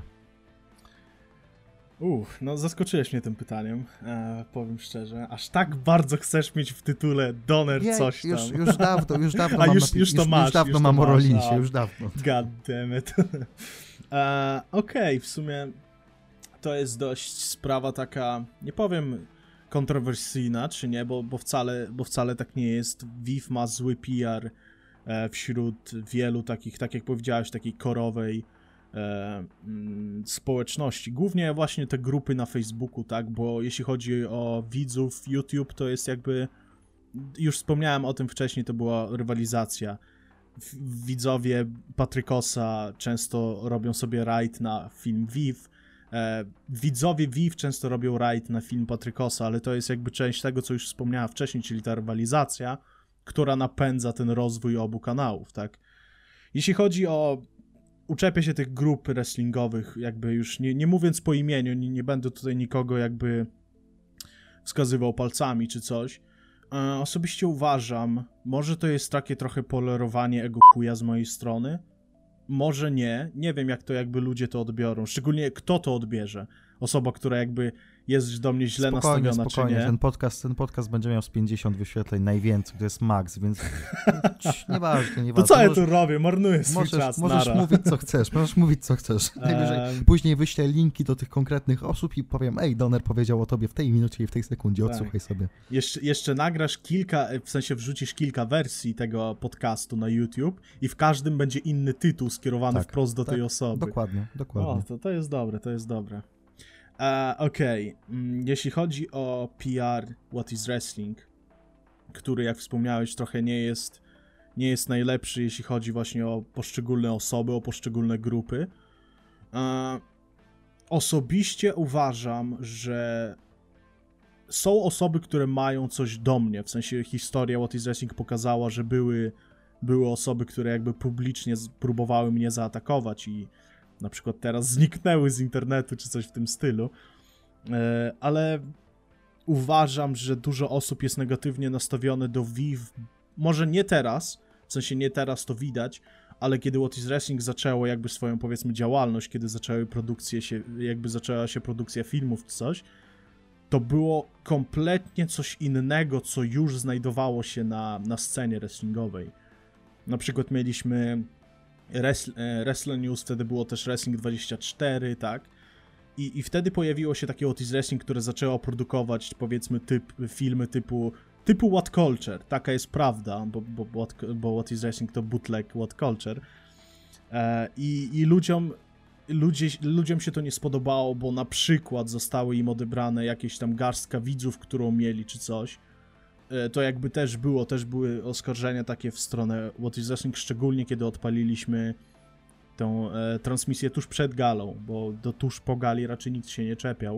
No zaskoczyłeś mnie tym pytaniem, powiem szczerze. Aż tak bardzo chcesz mieć w tytule Doner coś tam. Już dawno już mam o Rollinsie, już dawno. God damn it. Okej, w sumie to jest dość sprawa taka, nie powiem kontrowersyjna, czy nie, bo wcale tak nie jest. VIV ma zły PR wśród wielu takich, tak jak powiedziałeś, takiej korowej społeczności. Głównie właśnie te grupy na Facebooku, tak, bo jeśli chodzi o widzów, YouTube to jest jakby, już wspomniałem o tym wcześniej, to była rywalizacja. Widzowie Patrykosa często robią sobie raid na film VIV, widzowie VIV często robią raid na film Patrykosa, ale to jest jakby część tego, co już wspomniałem wcześniej, czyli ta rywalizacja, która napędza ten rozwój obu kanałów, tak. Jeśli chodzi o uczepię się tych grup wrestlingowych, jakby już nie mówiąc po imieniu, nie będę tutaj nikogo jakby wskazywał palcami czy coś. Osobiście uważam, może to jest takie trochę polerowanie ego chuja z mojej strony, może nie wiem jak to jakby ludzie to odbiorą, szczególnie kto to odbierze. Osoba, która jakby jest do mnie źle nastawiona, czy nie. Ten podcast będzie miał z 50 wyświetleń najwięcej, to jest max, więc nieważne. To co ja tu robię? Marnuję swój czas. Możesz mówić co chcesz. Później wyślę linki do tych konkretnych osób i powiem, Doner powiedział o tobie w tej minucie i w tej sekundzie, odsłuchaj sobie. Jeszcze nagrasz w sensie wrzucisz kilka wersji tego podcastu na YouTube i w każdym będzie inny tytuł skierowany wprost do tej osoby. Dokładnie. To jest dobre. Okej. Jeśli chodzi o PR What is Wrestling, który, jak wspomniałeś, trochę nie jest najlepszy, jeśli chodzi właśnie o poszczególne osoby, o poszczególne grupy. Osobiście uważam, że są osoby, które mają coś do mnie, w sensie historia What is Wrestling pokazała, że były były osoby, które jakby publicznie próbowały mnie zaatakować i na przykład teraz zniknęły z internetu, czy coś w tym stylu, ale uważam, że dużo osób jest negatywnie nastawione do VIV, może nie teraz, w sensie nie teraz to widać, ale kiedy What is Wrestling zaczęło jakby swoją, powiedzmy, działalność, kiedy zaczęła się produkcja filmów czy coś, to było kompletnie coś innego, co już znajdowało się na scenie wrestlingowej. Na przykład mieliśmy Wrestle News, wtedy było też Wrestling 24, tak? I wtedy pojawiło się takie What is Wrestling, które zaczęło produkować, powiedzmy, filmy typu What Culture, taka jest prawda, bo What is Wrestling to bootleg What Culture. I ludziom się to nie spodobało, bo na przykład zostały im odebrane jakieś tam garstka widzów, którą mieli, czy coś. To jakby też były oskarżenia takie w stronę What is Wrestling, szczególnie kiedy odpaliliśmy tą transmisję tuż przed galą, bo tuż po gali raczej nikt się nie czepiał.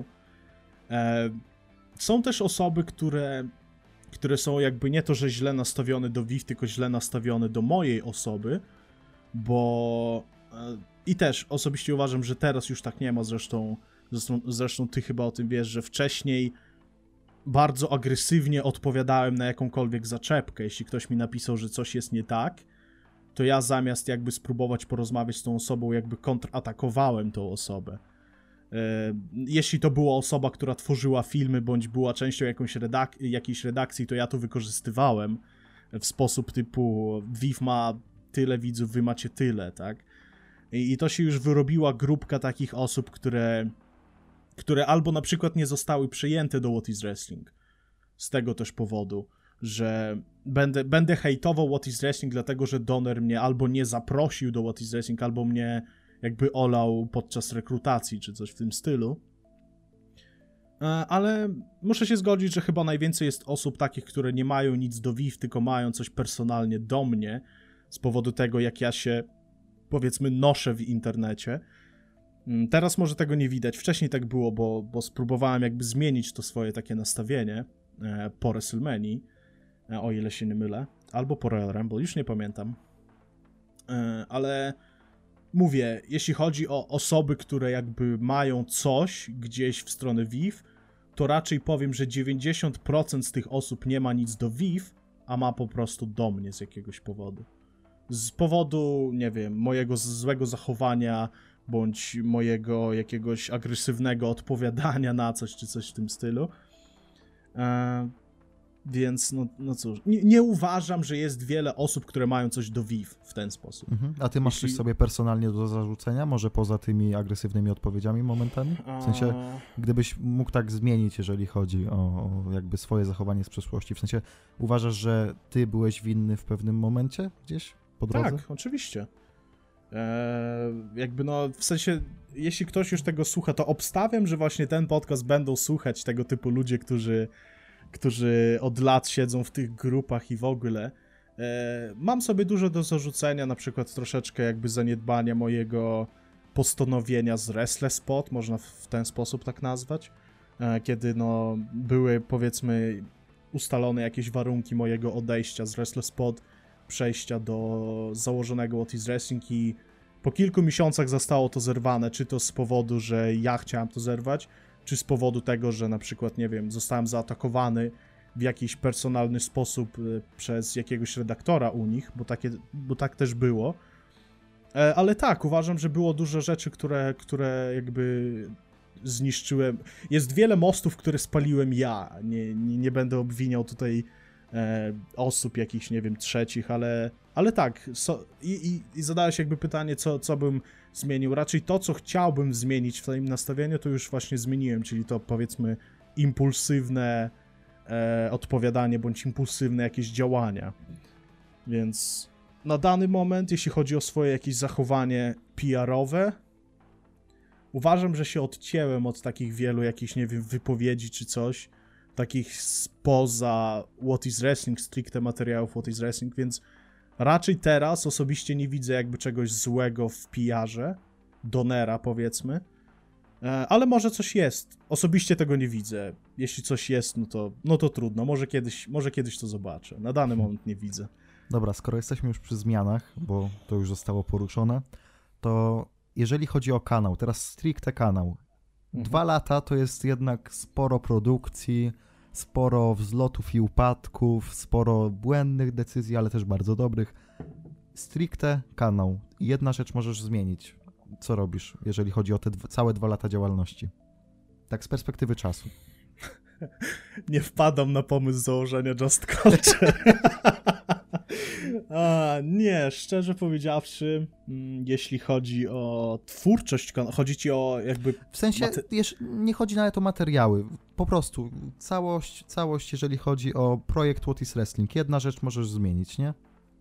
Są też osoby, które są jakby nie to, że źle nastawione do VIV, tylko źle nastawione do mojej osoby, bo i też osobiście uważam, że teraz już tak nie ma, zresztą ty chyba o tym wiesz, że wcześniej bardzo agresywnie odpowiadałem na jakąkolwiek zaczepkę. Jeśli ktoś mi napisał, że coś jest nie tak, to ja zamiast jakby spróbować porozmawiać z tą osobą, jakby kontratakowałem tą osobę. Jeśli to była osoba, która tworzyła filmy, bądź była częścią jakiejś redakcji, to ja to wykorzystywałem w sposób typu VIV ma tyle widzów, wy macie tyle, tak? I to się już wyrobiła grupka takich osób, które albo na przykład nie zostały przyjęte do What is Wrestling. Z tego też powodu, że będę hejtował What is Wrestling, dlatego że Doner mnie albo nie zaprosił do What is Wrestling, albo mnie jakby olał podczas rekrutacji, czy coś w tym stylu. Ale muszę się zgodzić, że chyba najwięcej jest osób takich, które nie mają nic do VIV, tylko mają coś personalnie do mnie, z powodu tego, jak ja się, powiedzmy, noszę w internecie. Teraz może tego nie widać, wcześniej tak było, bo spróbowałem jakby zmienić to swoje takie nastawienie po WrestleManii, o ile się nie mylę, albo po Royal Rumble, już nie pamiętam. Ale mówię, jeśli chodzi o osoby, które jakby mają coś gdzieś w stronę VIV, to raczej powiem, że 90% z tych osób nie ma nic do VIV, a ma po prostu do mnie z jakiegoś powodu. Z powodu, nie wiem, mojego złego zachowania, bądź mojego jakiegoś agresywnego odpowiadania na coś, czy coś w tym stylu. Więc, no cóż, nie uważam, że jest wiele osób, które mają coś do VIV w ten sposób. A ty masz coś sobie personalnie do zarzucenia? Może poza tymi agresywnymi odpowiedziami momentami? W sensie, gdybyś mógł tak zmienić, jeżeli chodzi o jakby swoje zachowanie z przeszłości. W sensie, uważasz, że ty byłeś winny w pewnym momencie gdzieś po drodze? Tak, oczywiście. Jakby no, w sensie, jeśli ktoś już tego słucha, to obstawiam, że właśnie ten podcast będą słuchać tego typu ludzie, którzy od lat siedzą w tych grupach i w ogóle. Mam sobie dużo do zarzucenia, na przykład troszeczkę jakby zaniedbania mojego postanowienia z WrestleSpot, można w ten sposób tak nazwać, kiedy no były, powiedzmy, ustalone jakieś warunki mojego odejścia z WrestleSpot, przejścia do założonego What is Wrestling i po kilku miesiącach zostało to zerwane, czy to z powodu, że ja chciałem to zerwać, czy z powodu tego, że na przykład, nie wiem, zostałem zaatakowany w jakiś personalny sposób przez jakiegoś redaktora u nich, bo tak też było. Ale tak, uważam, że było dużo rzeczy, które jakby zniszczyłem. Jest wiele mostów, które spaliłem ja. Nie będę obwiniał tutaj osób jakichś, nie wiem, trzecich, ale tak. I zadałeś jakby pytanie, co bym zmienił. Raczej to, co chciałbym zmienić w tym nastawieniu, to już właśnie zmieniłem, czyli to, powiedzmy, impulsywne odpowiadanie, bądź impulsywne jakieś działania. Więc na dany moment, jeśli chodzi o swoje jakieś zachowanie PR-owe, uważam, że się odcięłem od takich wielu jakichś, nie wiem, wypowiedzi czy coś, takich spoza What is Wrestling, stricte materiałów What is Wrestling, więc raczej teraz osobiście nie widzę jakby czegoś złego w PR-ze, Donera powiedzmy, ale może coś jest. Osobiście tego nie widzę. Jeśli coś jest, no to trudno. Może kiedyś to zobaczę. Na dany moment nie widzę. Dobra, skoro jesteśmy już przy zmianach, bo to już zostało poruszone, to jeżeli chodzi o kanał, teraz stricte kanał, 2 lata to jest jednak sporo produkcji, sporo wzlotów i upadków, sporo błędnych decyzji, ale też bardzo dobrych. Stricte kanał. Jedna rzecz możesz zmienić. Co robisz, jeżeli chodzi o te całe 2 lata działalności? Tak z perspektywy czasu. Nie wpadam na pomysł założenia Just Culture. Nie, szczerze powiedziawszy, jeśli chodzi o twórczość, chodzi ci o jakby... W sensie, nie chodzi nawet o materiały, po prostu całość, jeżeli chodzi o projekt What is Wrestling. Jedna rzecz możesz zmienić, nie?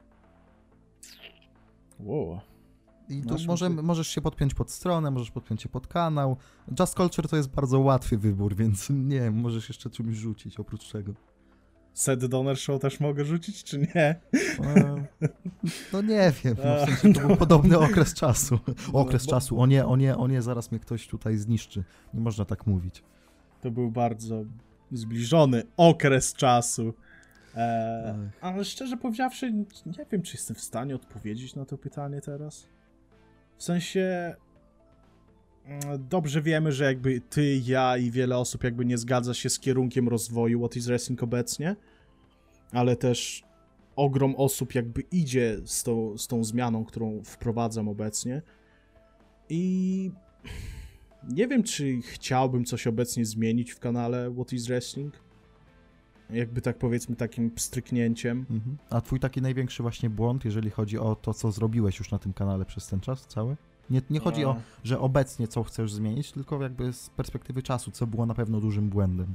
Wow. I tu możesz się podpiąć pod stronę, możesz podpiąć się pod kanał. Just Culture to jest bardzo łatwy wybór, więc nie, możesz jeszcze czymś rzucić oprócz czego. Seth Donner Show też mogę rzucić, czy nie? No nie wiem, no w sensie to był podobny okres czasu. Czasu, o nie, zaraz mnie ktoś tutaj zniszczy. Nie można tak mówić. To był bardzo zbliżony okres czasu. Ale szczerze powiedziawszy, nie wiem, czy jestem w stanie odpowiedzieć na to pytanie teraz. W sensie... Dobrze wiemy, że jakby ty, ja i wiele osób jakby nie zgadza się z kierunkiem rozwoju What is Wrestling obecnie, ale też ogrom osób jakby idzie z tą zmianą, którą wprowadzam obecnie i nie wiem, czy chciałbym coś obecnie zmienić w kanale What is Wrestling, jakby tak powiedzmy takim pstryknięciem. A twój taki największy właśnie błąd, jeżeli chodzi o to, co zrobiłeś już na tym kanale przez ten czas cały? Nie chodzi o, że obecnie co chcesz zmienić, tylko jakby z perspektywy czasu, co było na pewno dużym błędem.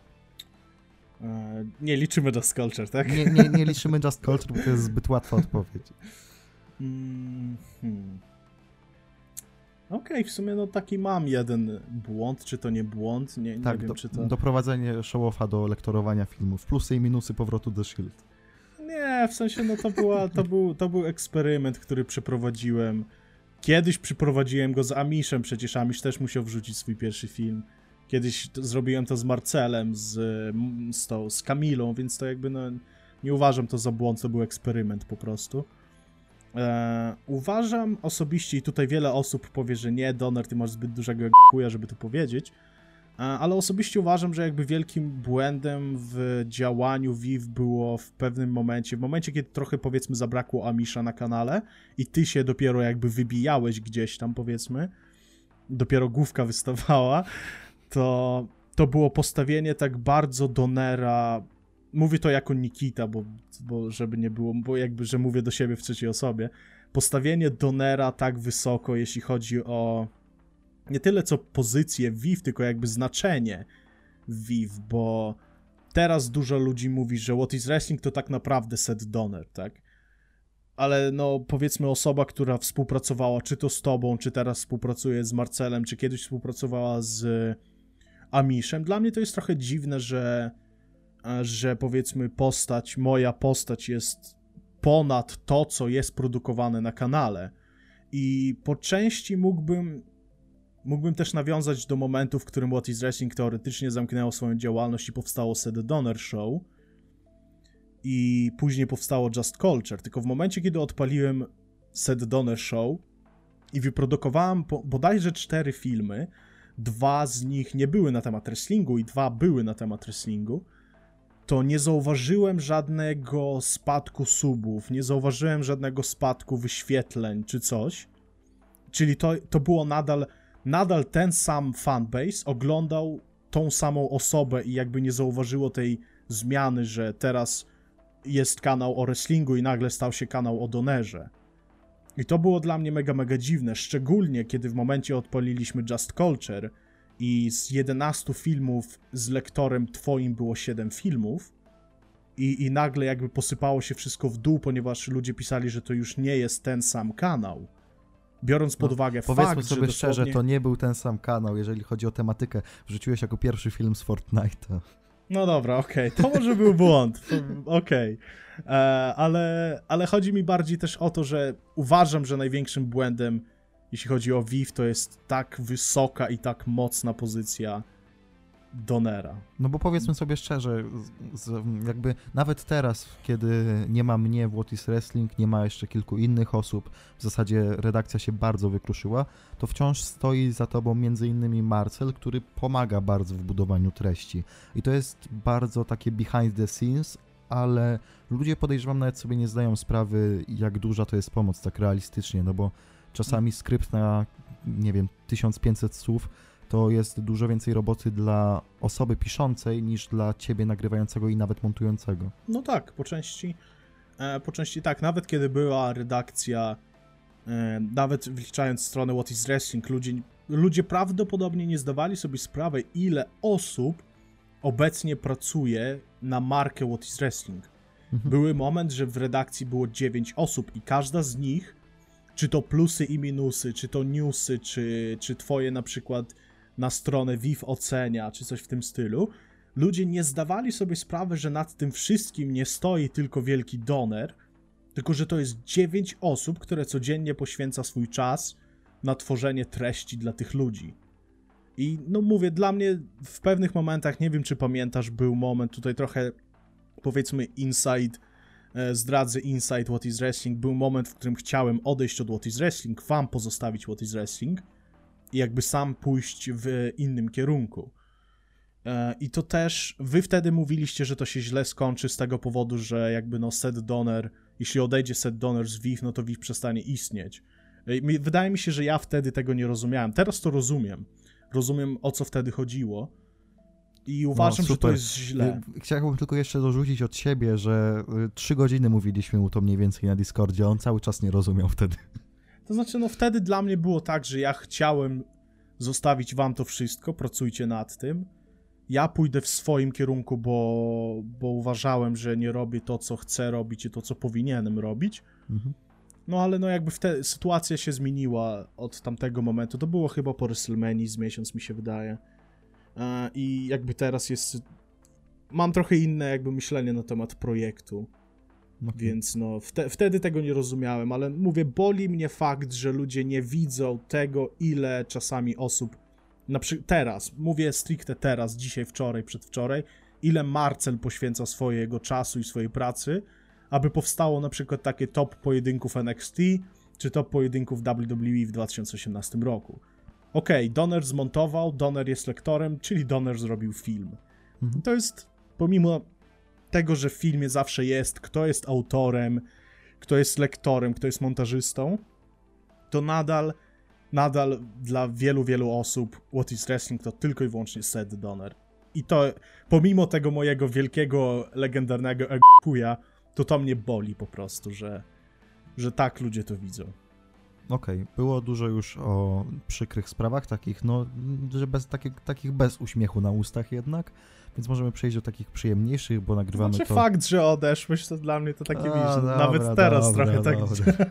Nie liczymy Just Culture, tak? Nie liczymy Just Culture, bo to jest zbyt łatwa odpowiedź. Okej, w sumie no taki mam jeden błąd, czy to nie błąd, nie wiem, czy to... doprowadzenie show-offa do lektorowania filmów, plusy i minusy powrotu do Shield. Nie, w sensie no to był eksperyment, który przeprowadziłem. Kiedyś przeprowadziłem go z Amishem, przecież Amish też musiał wrzucić swój pierwszy film. Kiedyś zrobiłem to z Marcelem, z Kamilą, więc to jakby no nie uważam to za błąd, to był eksperyment po prostu. Uważam osobiście, i tutaj wiele osób powie, że nie, Donner, ty masz zbyt dużego chuja, żeby to powiedzieć, ale osobiście uważam, że jakby wielkim błędem w działaniu VIV było w pewnym momencie, kiedy trochę powiedzmy zabrakło Amisha na kanale i ty się dopiero jakby wybijałeś gdzieś tam powiedzmy, dopiero główka wystawała, to było postawienie tak bardzo Donnera, mówię to jako Nikita, bo żeby nie było, bo jakby, że mówię do siebie w trzeciej osobie, postawienie Donnera tak wysoko, jeśli chodzi o nie tyle co pozycję VIV, tylko jakby znaczenie VIV, bo teraz dużo ludzi mówi, że What is Wrestling to tak naprawdę Seth Donner, tak? Ale no powiedzmy osoba, która współpracowała czy to z tobą, czy teraz współpracuje z Marcelem, czy kiedyś współpracowała z Amishem, dla mnie to jest trochę dziwne, że powiedzmy moja postać jest ponad to, co jest produkowane na kanale. I po części mógłbym też nawiązać do momentu, w którym What is Wrestling teoretycznie zamknęło swoją działalność i powstało Seth Donner Show i później powstało Just Culture, tylko w momencie, kiedy odpaliłem Seth Donner Show i wyprodukowałem bodajże 4 filmy, 2 z nich nie były na temat wrestlingu i 2 były na temat wrestlingu, to nie zauważyłem żadnego spadku subów, nie zauważyłem żadnego spadku wyświetleń czy coś, czyli to było nadal ten sam fanbase oglądał tą samą osobę i jakby nie zauważyło tej zmiany, że teraz jest kanał o wrestlingu i nagle stał się kanał o Donnerze. I to było dla mnie mega, mega dziwne, szczególnie kiedy w momencie odpaliliśmy Just Culture i z 11 filmów z lektorem twoim było 7 filmów i nagle jakby posypało się wszystko w dół, ponieważ ludzie pisali, że to już nie jest ten sam kanał. Biorąc pod uwagę fakt, powiedzmy sobie że szczerze, to nie był ten sam kanał, jeżeli chodzi o tematykę. Wrzuciłeś jako pierwszy film z Fortnite'a. No dobra, okej, to może był błąd, okej. Ale chodzi mi bardziej też o to, że uważam, że największym błędem, jeśli chodzi o VIV, to jest tak wysoka i tak mocna pozycja donera. No bo powiedzmy sobie szczerze, jakby nawet teraz, kiedy nie ma mnie w What is Wrestling, nie ma jeszcze kilku innych osób, w zasadzie redakcja się bardzo wykruszyła, to wciąż stoi za tobą m.in. Marcel, który pomaga bardzo w budowaniu treści. I to jest bardzo takie behind the scenes, ale ludzie, podejrzewam, nawet sobie nie zdają sprawy, jak duża to jest pomoc, tak realistycznie, no bo czasami skrypt na, nie wiem, 1500 słów to jest dużo więcej roboty dla osoby piszącej niż dla ciebie nagrywającego i nawet montującego. No tak, po części tak. Nawet kiedy była redakcja, nawet wliczając stronę What is Wrestling, ludzie prawdopodobnie nie zdawali sobie sprawy, ile osób obecnie pracuje na markę What is Wrestling. Były moment, że w redakcji było 9 osób i każda z nich, czy to plusy i minusy, czy to newsy, czy twoje na przykład na stronę VIF ocenia, czy coś w tym stylu, ludzie nie zdawali sobie sprawy, że nad tym wszystkim nie stoi tylko wielki doner, tylko że to jest 9 osób, które codziennie poświęca swój czas na tworzenie treści dla tych ludzi. I no mówię, dla mnie w pewnych momentach, nie wiem czy pamiętasz, był moment tutaj trochę, powiedzmy zdradzę inside What is Wrestling, był moment, w którym chciałem odejść od What is Wrestling, wam pozostawić What is Wrestling i jakby sam pójść w innym kierunku. I to też, wy wtedy mówiliście, że to się źle skończy z tego powodu, że jakby no Seth Donner, jeśli odejdzie Seth Donner z VIF, no to VIF przestanie istnieć. Wydaje mi się, że ja wtedy tego nie rozumiałem. Teraz to rozumiem. Rozumiem, o co wtedy chodziło. I uważam, że to jest źle. Chciałbym tylko jeszcze dorzucić od siebie, że 3 godziny mówiliśmy mu to mniej więcej na Discordzie, a on cały czas nie rozumiał wtedy. To znaczy, no wtedy dla mnie było tak, że ja chciałem zostawić wam to wszystko, pracujcie nad tym. Ja pójdę w swoim kierunku, bo uważałem, że nie robię to, co chcę robić i to, co powinienem robić. No ale no jakby sytuacja się zmieniła od tamtego momentu. To było chyba po WrestleManii z miesiąc, mi się wydaje. I jakby teraz mam trochę inne jakby myślenie na temat projektu. Więc no wtedy tego nie rozumiałem, ale mówię, boli mnie fakt, że ludzie nie widzą tego, ile czasami osób teraz, mówię stricte teraz, dzisiaj, wczoraj, przedwczoraj, ile Marcel poświęca swojego czasu i swojej pracy, aby powstało na przykład takie top pojedynków NXT, czy top pojedynków WWE w 2018 roku. Okej, Donner zmontował, Donner jest lektorem, czyli Donner zrobił film. To jest, pomimo tego, że w filmie zawsze jest, kto jest autorem, kto jest lektorem, kto jest montażystą, to nadal dla wielu osób What is Wrestling to tylko i wyłącznie Seth Donner. I to, pomimo tego mojego wielkiego, legendarnego ego-kuja, to mnie boli po prostu, że tak ludzie to widzą. Okej, było dużo już o przykrych sprawach, takich, no, że takich bez uśmiechu na ustach jednak, więc możemy przejść do takich przyjemniejszych, bo nagrywamy to... fakt, że odeszłeś, to dla mnie to takie, nawet teraz trochę tak...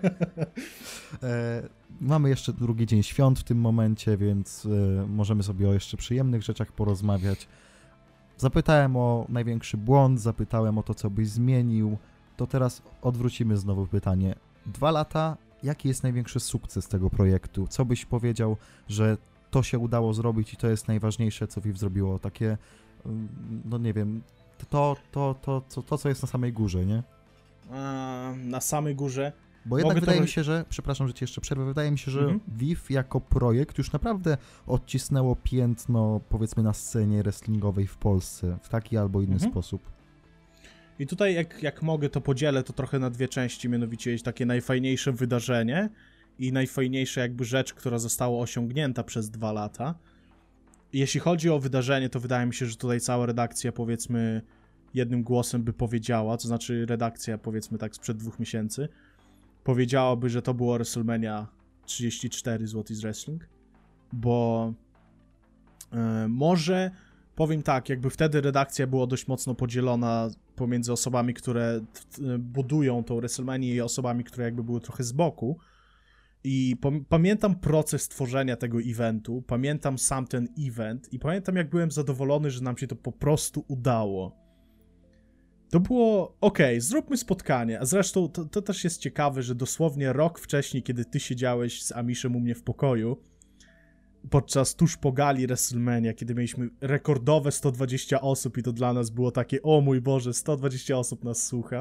Mamy jeszcze drugi dzień świąt w tym momencie, więc możemy sobie o jeszcze przyjemnych rzeczach porozmawiać. Zapytałem o największy błąd, zapytałem o to, co byś zmienił, to teraz odwrócimy znowu pytanie. 2 lata, jaki jest największy sukces tego projektu? Co byś powiedział, że to się udało zrobić i to jest najważniejsze, co WIF zrobiło? Takie, no nie wiem, to co jest na samej górze, nie? Na samej górze? Bo jednak wydaje mi się, że, przepraszam, że ci jeszcze przerwę, wydaje mi się, że WIF jako projekt już naprawdę odcisnęło piętno, powiedzmy, na scenie wrestlingowej w Polsce, w taki albo inny sposób. I tutaj jak mogę, to podzielę to trochę na 2 części, mianowicie jest takie najfajniejsze wydarzenie i najfajniejsza jakby rzecz, która została osiągnięta przez 2 lata. Jeśli chodzi o wydarzenie, to wydaje mi się, że tutaj cała redakcja, powiedzmy, jednym głosem by powiedziała, to znaczy redakcja, powiedzmy tak, sprzed 2 miesięcy, powiedziałaby, że to było WrestleMania 34 z What is Wrestling, bo może, powiem tak, jakby wtedy redakcja była dość mocno podzielona pomiędzy osobami, które budują tą WrestleManię i osobami, które jakby były trochę z boku. I pamiętam proces tworzenia tego eventu, pamiętam sam ten event i pamiętam, jak byłem zadowolony, że nam się to po prostu udało. To było, zróbmy spotkanie, a zresztą to też jest ciekawe, że dosłownie rok wcześniej, kiedy ty siedziałeś z Amiszem u mnie w pokoju, podczas tuż po gali WrestleMania, kiedy mieliśmy rekordowe 120 osób i to dla nas było takie, o mój Boże, 120 osób nas słucha.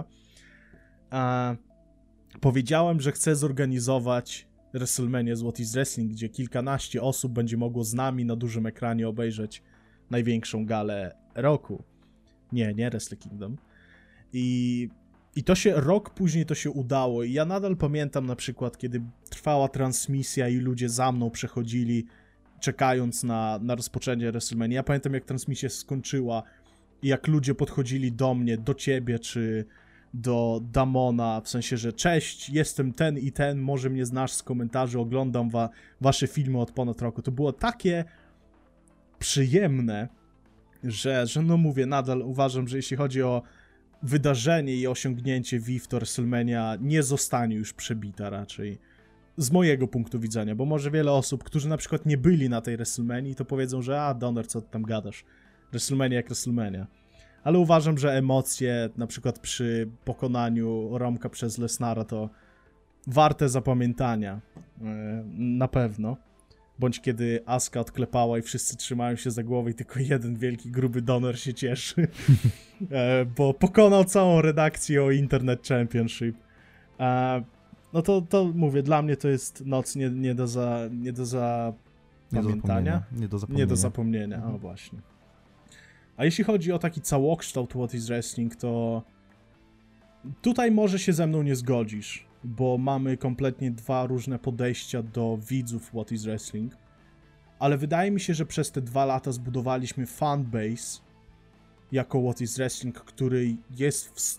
Powiedziałem, że chcę zorganizować WrestleMania z What is Wrestling, gdzie kilkanaście osób będzie mogło z nami na dużym ekranie obejrzeć największą galę roku. Nie Wrestle Kingdom. I to się, rok później to się udało i ja nadal pamiętam na przykład, kiedy trwała transmisja i ludzie za mną przechodzili, czekając na rozpoczęcie WrestleMania. Ja pamiętam, jak transmisja skończyła i jak ludzie podchodzili do mnie, do ciebie, czy do Damona, w sensie, że cześć, jestem ten i ten, może mnie znasz z komentarzy, oglądam wasze filmy od ponad roku. To było takie przyjemne, że no mówię, nadal uważam, że jeśli chodzi o wydarzenie i osiągnięcie WIF, to WrestleMania nie zostanie już przebita raczej. Z mojego punktu widzenia, bo może wiele osób, którzy na przykład nie byli na tej WrestleManii, to powiedzą, że Doner, co ty tam gadasz? WrestleMania jak WrestleMania. Ale uważam, że emocje, na przykład przy pokonaniu Romka przez Lesnara, to warte zapamiętania. Na pewno. Bądź kiedy Asuka odklepała i wszyscy trzymają się za głowę i tylko jeden wielki, gruby Doner się cieszy. Bo pokonał całą redakcję o Internet Championship. No to mówię, dla mnie to jest noc nie do zapamiętania. Nie do zapomnienia, o właśnie. A jeśli chodzi o taki całokształt What is Wrestling, to tutaj może się ze mną nie zgodzisz, bo mamy kompletnie dwa różne podejścia do widzów What is Wrestling, ale wydaje mi się, że przez te 2 lata zbudowaliśmy fanbase jako What is Wrestling, który jest w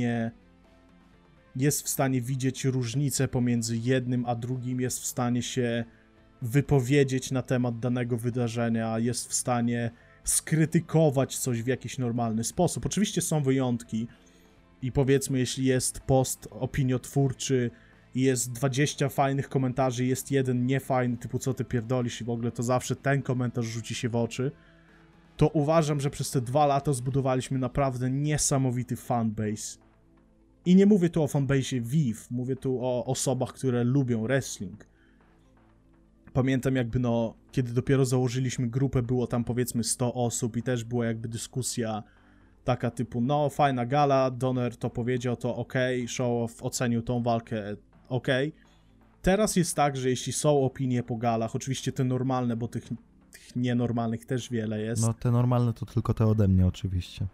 stanie widzieć różnicę pomiędzy jednym a drugim, jest w stanie się wypowiedzieć na temat danego wydarzenia, jest w stanie skrytykować coś w jakiś normalny sposób. Oczywiście są wyjątki i powiedzmy, jeśli jest post opiniotwórczy i jest 20 fajnych komentarzy, jest jeden niefajny, typu co ty pierdolisz i w ogóle, to zawsze ten komentarz rzuci się w oczy, to uważam, że przez te 2 lata zbudowaliśmy naprawdę niesamowity fanbase. I nie mówię tu o fanbase'ie WIF, mówię tu o osobach, które lubią wrestling. Pamiętam kiedy dopiero założyliśmy grupę, było tam powiedzmy 100 osób i też była jakby dyskusja taka typu, no fajna gala, Doner to powiedział, to okej, Show-off ocenił tą walkę, okej. Teraz jest tak, że jeśli są opinie po galach, oczywiście te normalne, bo tych nienormalnych też wiele jest. No te normalne to tylko te ode mnie oczywiście.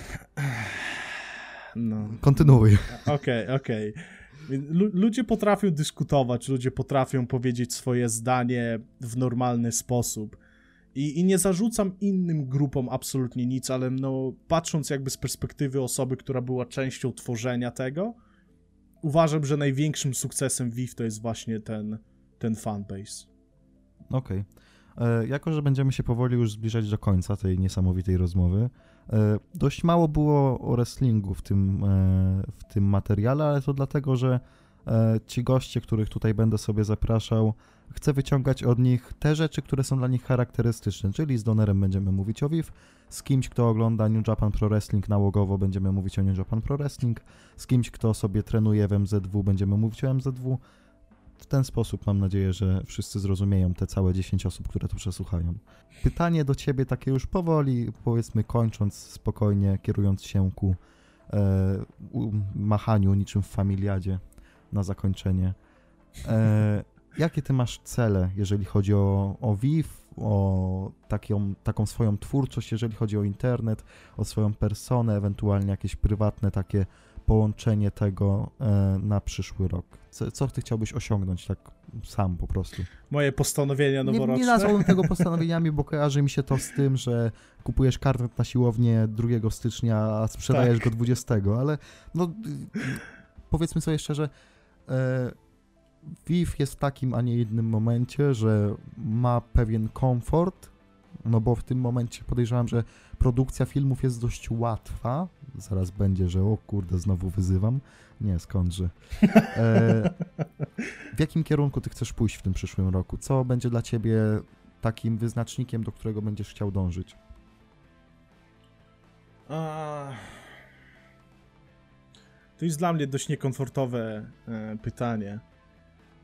No. Kontynuuj. Okej. Ludzie potrafią dyskutować, ludzie potrafią powiedzieć swoje zdanie w normalny sposób. I nie zarzucam innym grupom absolutnie nic, ale no, patrząc jakby z perspektywy osoby, która była częścią tworzenia tego, uważam, że największym sukcesem WIF to jest właśnie ten fanbase. Okej. Jako że będziemy się powoli już zbliżać do końca tej niesamowitej rozmowy, dość mało było o wrestlingu w tym materiale, ale to dlatego, że ci goście, których tutaj będę sobie zapraszał, chcę wyciągać od nich te rzeczy, które są dla nich charakterystyczne, czyli z Donerem będziemy mówić o WIF, z kimś, kto ogląda New Japan Pro Wrestling nałogowo, będziemy mówić o New Japan Pro Wrestling, z kimś, kto sobie trenuje w MZW, będziemy mówić o MZW. W ten sposób mam nadzieję, że wszyscy zrozumieją te całe 10 osób, które to przesłuchają. Pytanie do ciebie takie już powoli, powiedzmy kończąc spokojnie, kierując się ku machaniu niczym w Familiadzie na zakończenie. Jakie ty masz cele, jeżeli chodzi o WIF, o taką swoją twórczość, jeżeli chodzi o internet, o swoją personę, ewentualnie jakieś prywatne takie połączenie tego na przyszły rok? Co ty chciałbyś osiągnąć tak sam po prostu? Moje postanowienia noworoczne? Nie nazwałbym tego postanowieniami, bo kojarzy mi się to z tym, że kupujesz karnet na siłownię 2 stycznia, a sprzedajesz go 20, ale no powiedzmy sobie szczerze, WIF jest w takim, a nie innym momencie, że ma pewien komfort, no bo w tym momencie podejrzewam, że produkcja filmów jest dość łatwa. Zaraz będzie, że o kurde, znowu wyzywam. Nie, skądże. W jakim kierunku ty chcesz pójść w tym przyszłym roku? Co będzie dla ciebie takim wyznacznikiem, do którego będziesz chciał dążyć? To jest dla mnie dość niekomfortowe pytanie,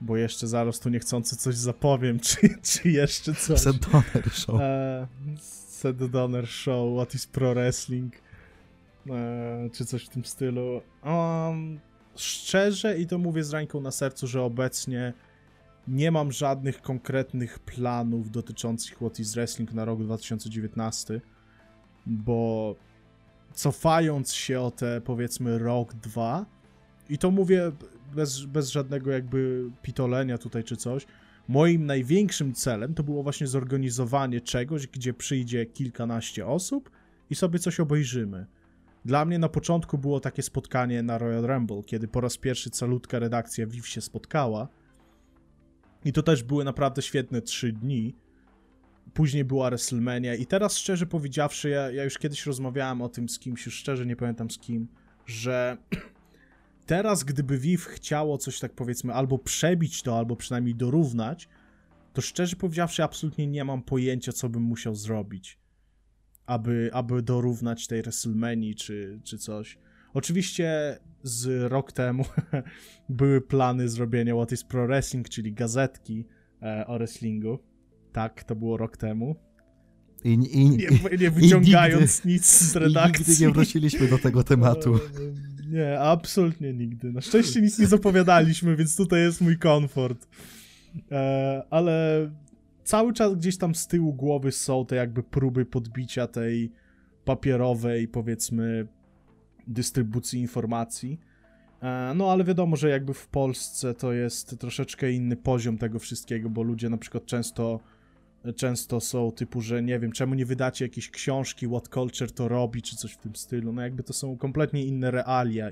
bo jeszcze zaraz tu niechcący coś zapowiem, czy jeszcze coś. Seth Donner Show. Seth Donner Show, What is Pro Wrestling, czy coś w tym stylu. Szczerze, i to mówię z ręką na sercu, że obecnie nie mam żadnych konkretnych planów dotyczących What is Wrestling na rok 2019, bo cofając się o te, powiedzmy, rok, dwa, i to mówię bez żadnego jakby pitolenia tutaj czy coś, moim największym celem to było właśnie zorganizowanie czegoś, gdzie przyjdzie kilkanaście osób i sobie coś obejrzymy. Dla mnie na początku było takie spotkanie na Royal Rumble, kiedy po raz pierwszy calutka redakcja WIW się spotkała. I to też były naprawdę świetne 3 dni. Później była WrestleMania i teraz szczerze powiedziawszy, ja już kiedyś rozmawiałem o tym z kimś, już szczerze nie pamiętam z kim, że teraz gdyby WIW chciało coś tak powiedzmy albo przebić to, albo przynajmniej dorównać, to szczerze powiedziawszy absolutnie nie mam pojęcia, co bym musiał zrobić, aby dorównać tej WrestleManii czy coś. Oczywiście z rok temu były plany zrobienia What is Pro Wrestling, czyli gazetki o wrestlingu. Tak, to było rok temu. Nie wyciągając nic z redakcji. Nigdy nie wróciliśmy do tego tematu. Nie, absolutnie nigdy. Na szczęście nic nie zapowiadaliśmy, więc tutaj jest mój komfort. Ale cały czas gdzieś tam z tyłu głowy są te jakby próby podbicia tej papierowej, powiedzmy, dystrybucji informacji. No ale wiadomo, że jakby w Polsce to jest troszeczkę inny poziom tego wszystkiego, bo ludzie na przykład często są typu, że nie wiem, czemu nie wydacie jakiejś książki, What Culture to robi, czy coś w tym stylu. No jakby to są kompletnie inne realia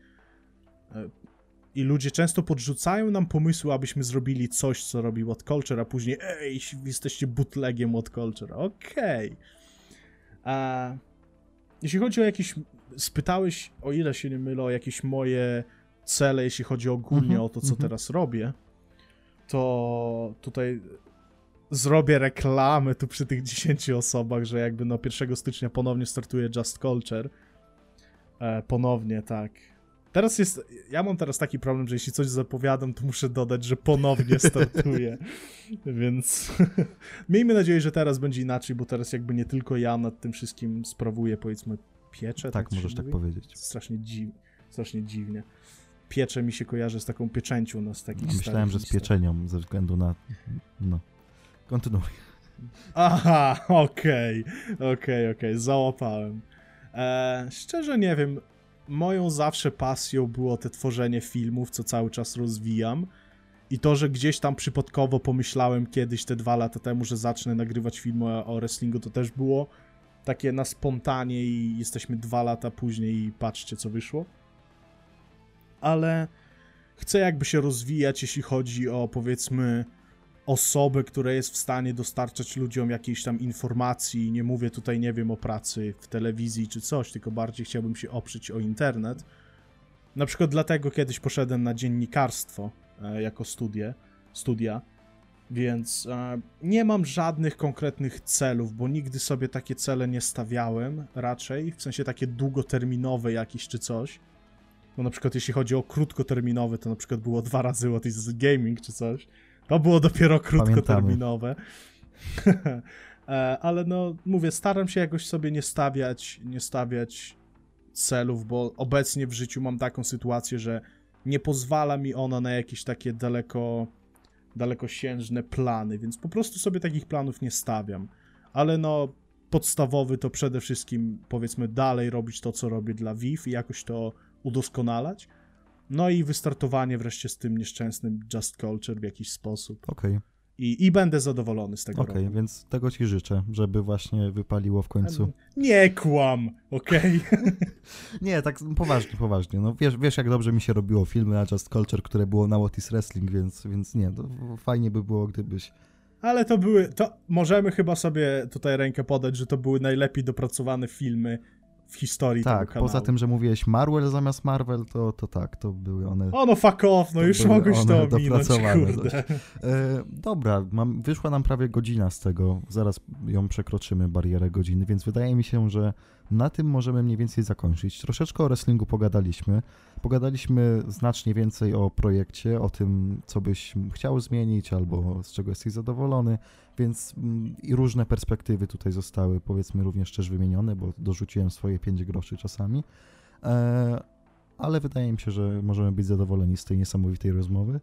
i ludzie często podrzucają nam pomysły, abyśmy zrobili coś, co robi What Culture, a później jesteście bootlegiem What Culture. Okej. Jeśli chodzi o jakieś... Spytałeś, o ile się nie mylę, o jakieś moje cele, jeśli chodzi ogólnie o to, co teraz robię, to tutaj zrobię reklamę tu przy tych 10 osobach, że jakby no 1 stycznia ponownie startuje Just Culture. Ponownie, tak. Ja mam teraz taki problem, że jeśli coś zapowiadam, to muszę dodać, że ponownie startuje. Więc miejmy nadzieję, że teraz będzie inaczej, bo teraz jakby nie tylko ja nad tym wszystkim sprawuję, powiedzmy, pieczę. Tak, możesz tak powiedzieć. Strasznie dziwnie. Piecze mi się kojarzy z taką pieczęcią na takich myślałem, że z pieczenią, ze względu na... No. Kontynuuj. Aha, okej, załapałem. Szczerze nie wiem, moją zawsze pasją było te tworzenie filmów, co cały czas rozwijam. I to, że gdzieś tam przypadkowo pomyślałem kiedyś te 2 lata temu, że zacznę nagrywać filmy o wrestlingu, to też było takie na spontanie i jesteśmy 2 lata później i patrzcie, co wyszło. Ale chcę jakby się rozwijać, jeśli chodzi o, powiedzmy, osobę, która jest w stanie dostarczać ludziom jakiejś tam informacji. Nie mówię tutaj, nie wiem, o pracy w telewizji czy coś, tylko bardziej chciałbym się oprzeć o internet. Na przykład dlatego kiedyś poszedłem na dziennikarstwo jako studia, więc nie mam żadnych konkretnych celów, bo nigdy sobie takie cele nie stawiałem raczej, w sensie takie długoterminowe jakieś czy coś. Bo na przykład jeśli chodzi o krótkoterminowe, to na przykład było 2 razy What is Gaming czy coś. To było dopiero krótkoterminowe. Ale no, mówię, staram się jakoś sobie nie stawiać celów, bo obecnie w życiu mam taką sytuację, że nie pozwala mi ona na jakieś takie dalekosiężne plany, więc po prostu sobie takich planów nie stawiam. Ale no, podstawowy to przede wszystkim, powiedzmy, dalej robić to, co robię dla WIW i jakoś to udoskonalać. No i wystartowanie wreszcie z tym nieszczęsnym Just Culture w jakiś sposób. Okej. I będę zadowolony z tego roku. Okej, więc tego ci życzę, żeby właśnie wypaliło w końcu. Nie kłam, okej? Nie, tak poważnie. No wiesz jak dobrze mi się robiło filmy na Just Culture, które było na What is Wrestling, więc nie, to fajnie by było, gdybyś... Ale to możemy chyba sobie tutaj rękę podać, że to były najlepiej dopracowane filmy w historii tego Tak, kanału. poza tym, że mówiłeś Marvel zamiast Marvel, to tak, to były one... O no fuck off, no już mogłeś to ominąć, kurde. Dobra, wyszła nam prawie godzina z tego, zaraz ją przekroczymy, barierę godziny, więc wydaje mi się, że na tym możemy mniej więcej zakończyć. Troszeczkę o wrestlingu pogadaliśmy znacznie więcej o projekcie, o tym, co byś chciał zmienić, albo z czego jesteś zadowolony, więc i różne perspektywy tutaj zostały, powiedzmy, również też wymienione, bo dorzuciłem swoje 5 groszy czasami, ale wydaje mi się, że możemy być zadowoleni z tej niesamowitej rozmowy.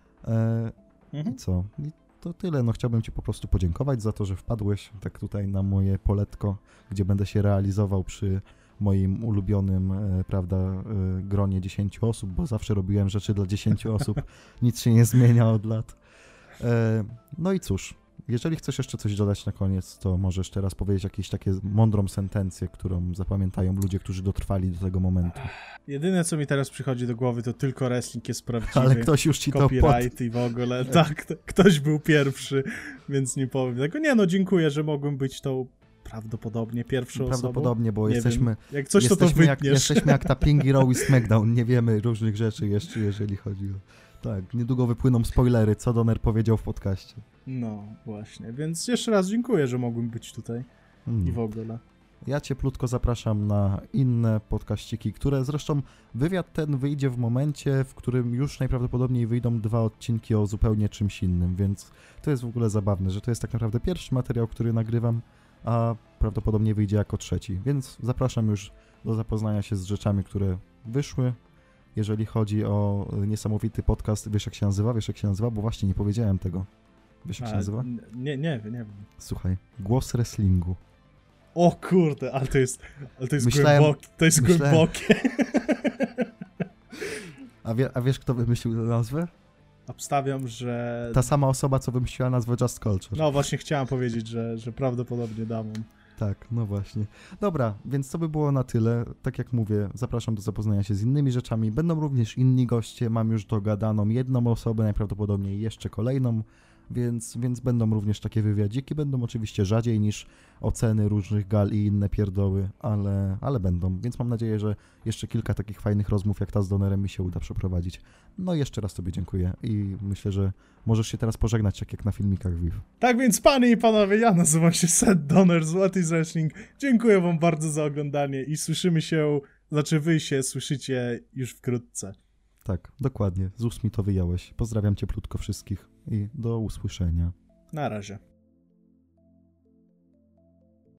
I co? I to tyle. No chciałbym Ci po prostu podziękować za to, że wpadłeś tak tutaj na moje poletko, gdzie będę się realizował przy moim ulubionym, gronie 10 osób, bo zawsze robiłem rzeczy dla 10 osób. Nic się nie zmienia od lat. No i cóż, jeżeli chcesz jeszcze coś dodać na koniec, to możesz teraz powiedzieć jakąś takie mądrą sentencję, którą zapamiętają ludzie, którzy dotrwali do tego momentu. Jedyne, co mi teraz przychodzi do głowy, to tylko wrestling jest prawdziwy. Ale ktoś już ci to copyright i w ogóle. Tak, ktoś był pierwszy, więc nie powiem tego. Nie no, dziękuję, że mogłem być tą prawdopodobnie pierwszą osobą. Prawdopodobnie, bo nie jesteśmy... Wiem. Jak coś, to wytniesz. Jesteśmy jak ta Pingy Row i SmackDown. Nie wiemy różnych rzeczy jeszcze, jeżeli chodzi o... Tak, niedługo wypłyną spoilery, co Doner powiedział w podcaście. No, właśnie. Więc jeszcze raz dziękuję, że mogłem być tutaj i w ogóle. Ja cieplutko zapraszam na inne podcaściki, które zresztą wywiad ten wyjdzie w momencie, w którym już najprawdopodobniej wyjdą 2 odcinki o zupełnie czymś innym, więc to jest w ogóle zabawne, że to jest tak naprawdę pierwszy materiał, który nagrywam, a prawdopodobnie wyjdzie jako 3, więc zapraszam już do zapoznania się z rzeczami, które wyszły. Jeżeli chodzi o niesamowity podcast, wiesz jak się nazywa? Bo właśnie nie powiedziałem tego. Wiesz jak się nazywa? Nie wiem. Słuchaj, Głos Wrestlingu. O kurde, ale to jest głębokie. To jest głębokie. A wiesz, kto wymyślił tę nazwę? Obstawiam, że... Ta sama osoba, co wymyśliła nazwę Just Culture. No właśnie chciałem powiedzieć, że prawdopodobnie Damon. Tak, no właśnie. Dobra, więc to by było na tyle. Tak jak mówię, zapraszam do zapoznania się z innymi rzeczami. Będą również inni goście. Mam już dogadaną jedną osobę, najprawdopodobniej jeszcze kolejną. Więc będą również takie wywiadziki, będą oczywiście rzadziej niż oceny różnych gal i inne pierdoły, ale będą, więc mam nadzieję, że jeszcze kilka takich fajnych rozmów jak ta z Donerem mi się uda przeprowadzić. No i jeszcze raz Tobie dziękuję i myślę, że możesz się teraz pożegnać, tak jak na filmikach Viv. Tak więc panie i panowie, ja nazywam się Seth Donner z What is Wrestling. Dziękuję wam bardzo za oglądanie i wy się słyszycie już wkrótce. Tak, dokładnie. Z ust mi to wyjąłeś. Pozdrawiam cieplutko wszystkich i do usłyszenia. Na razie.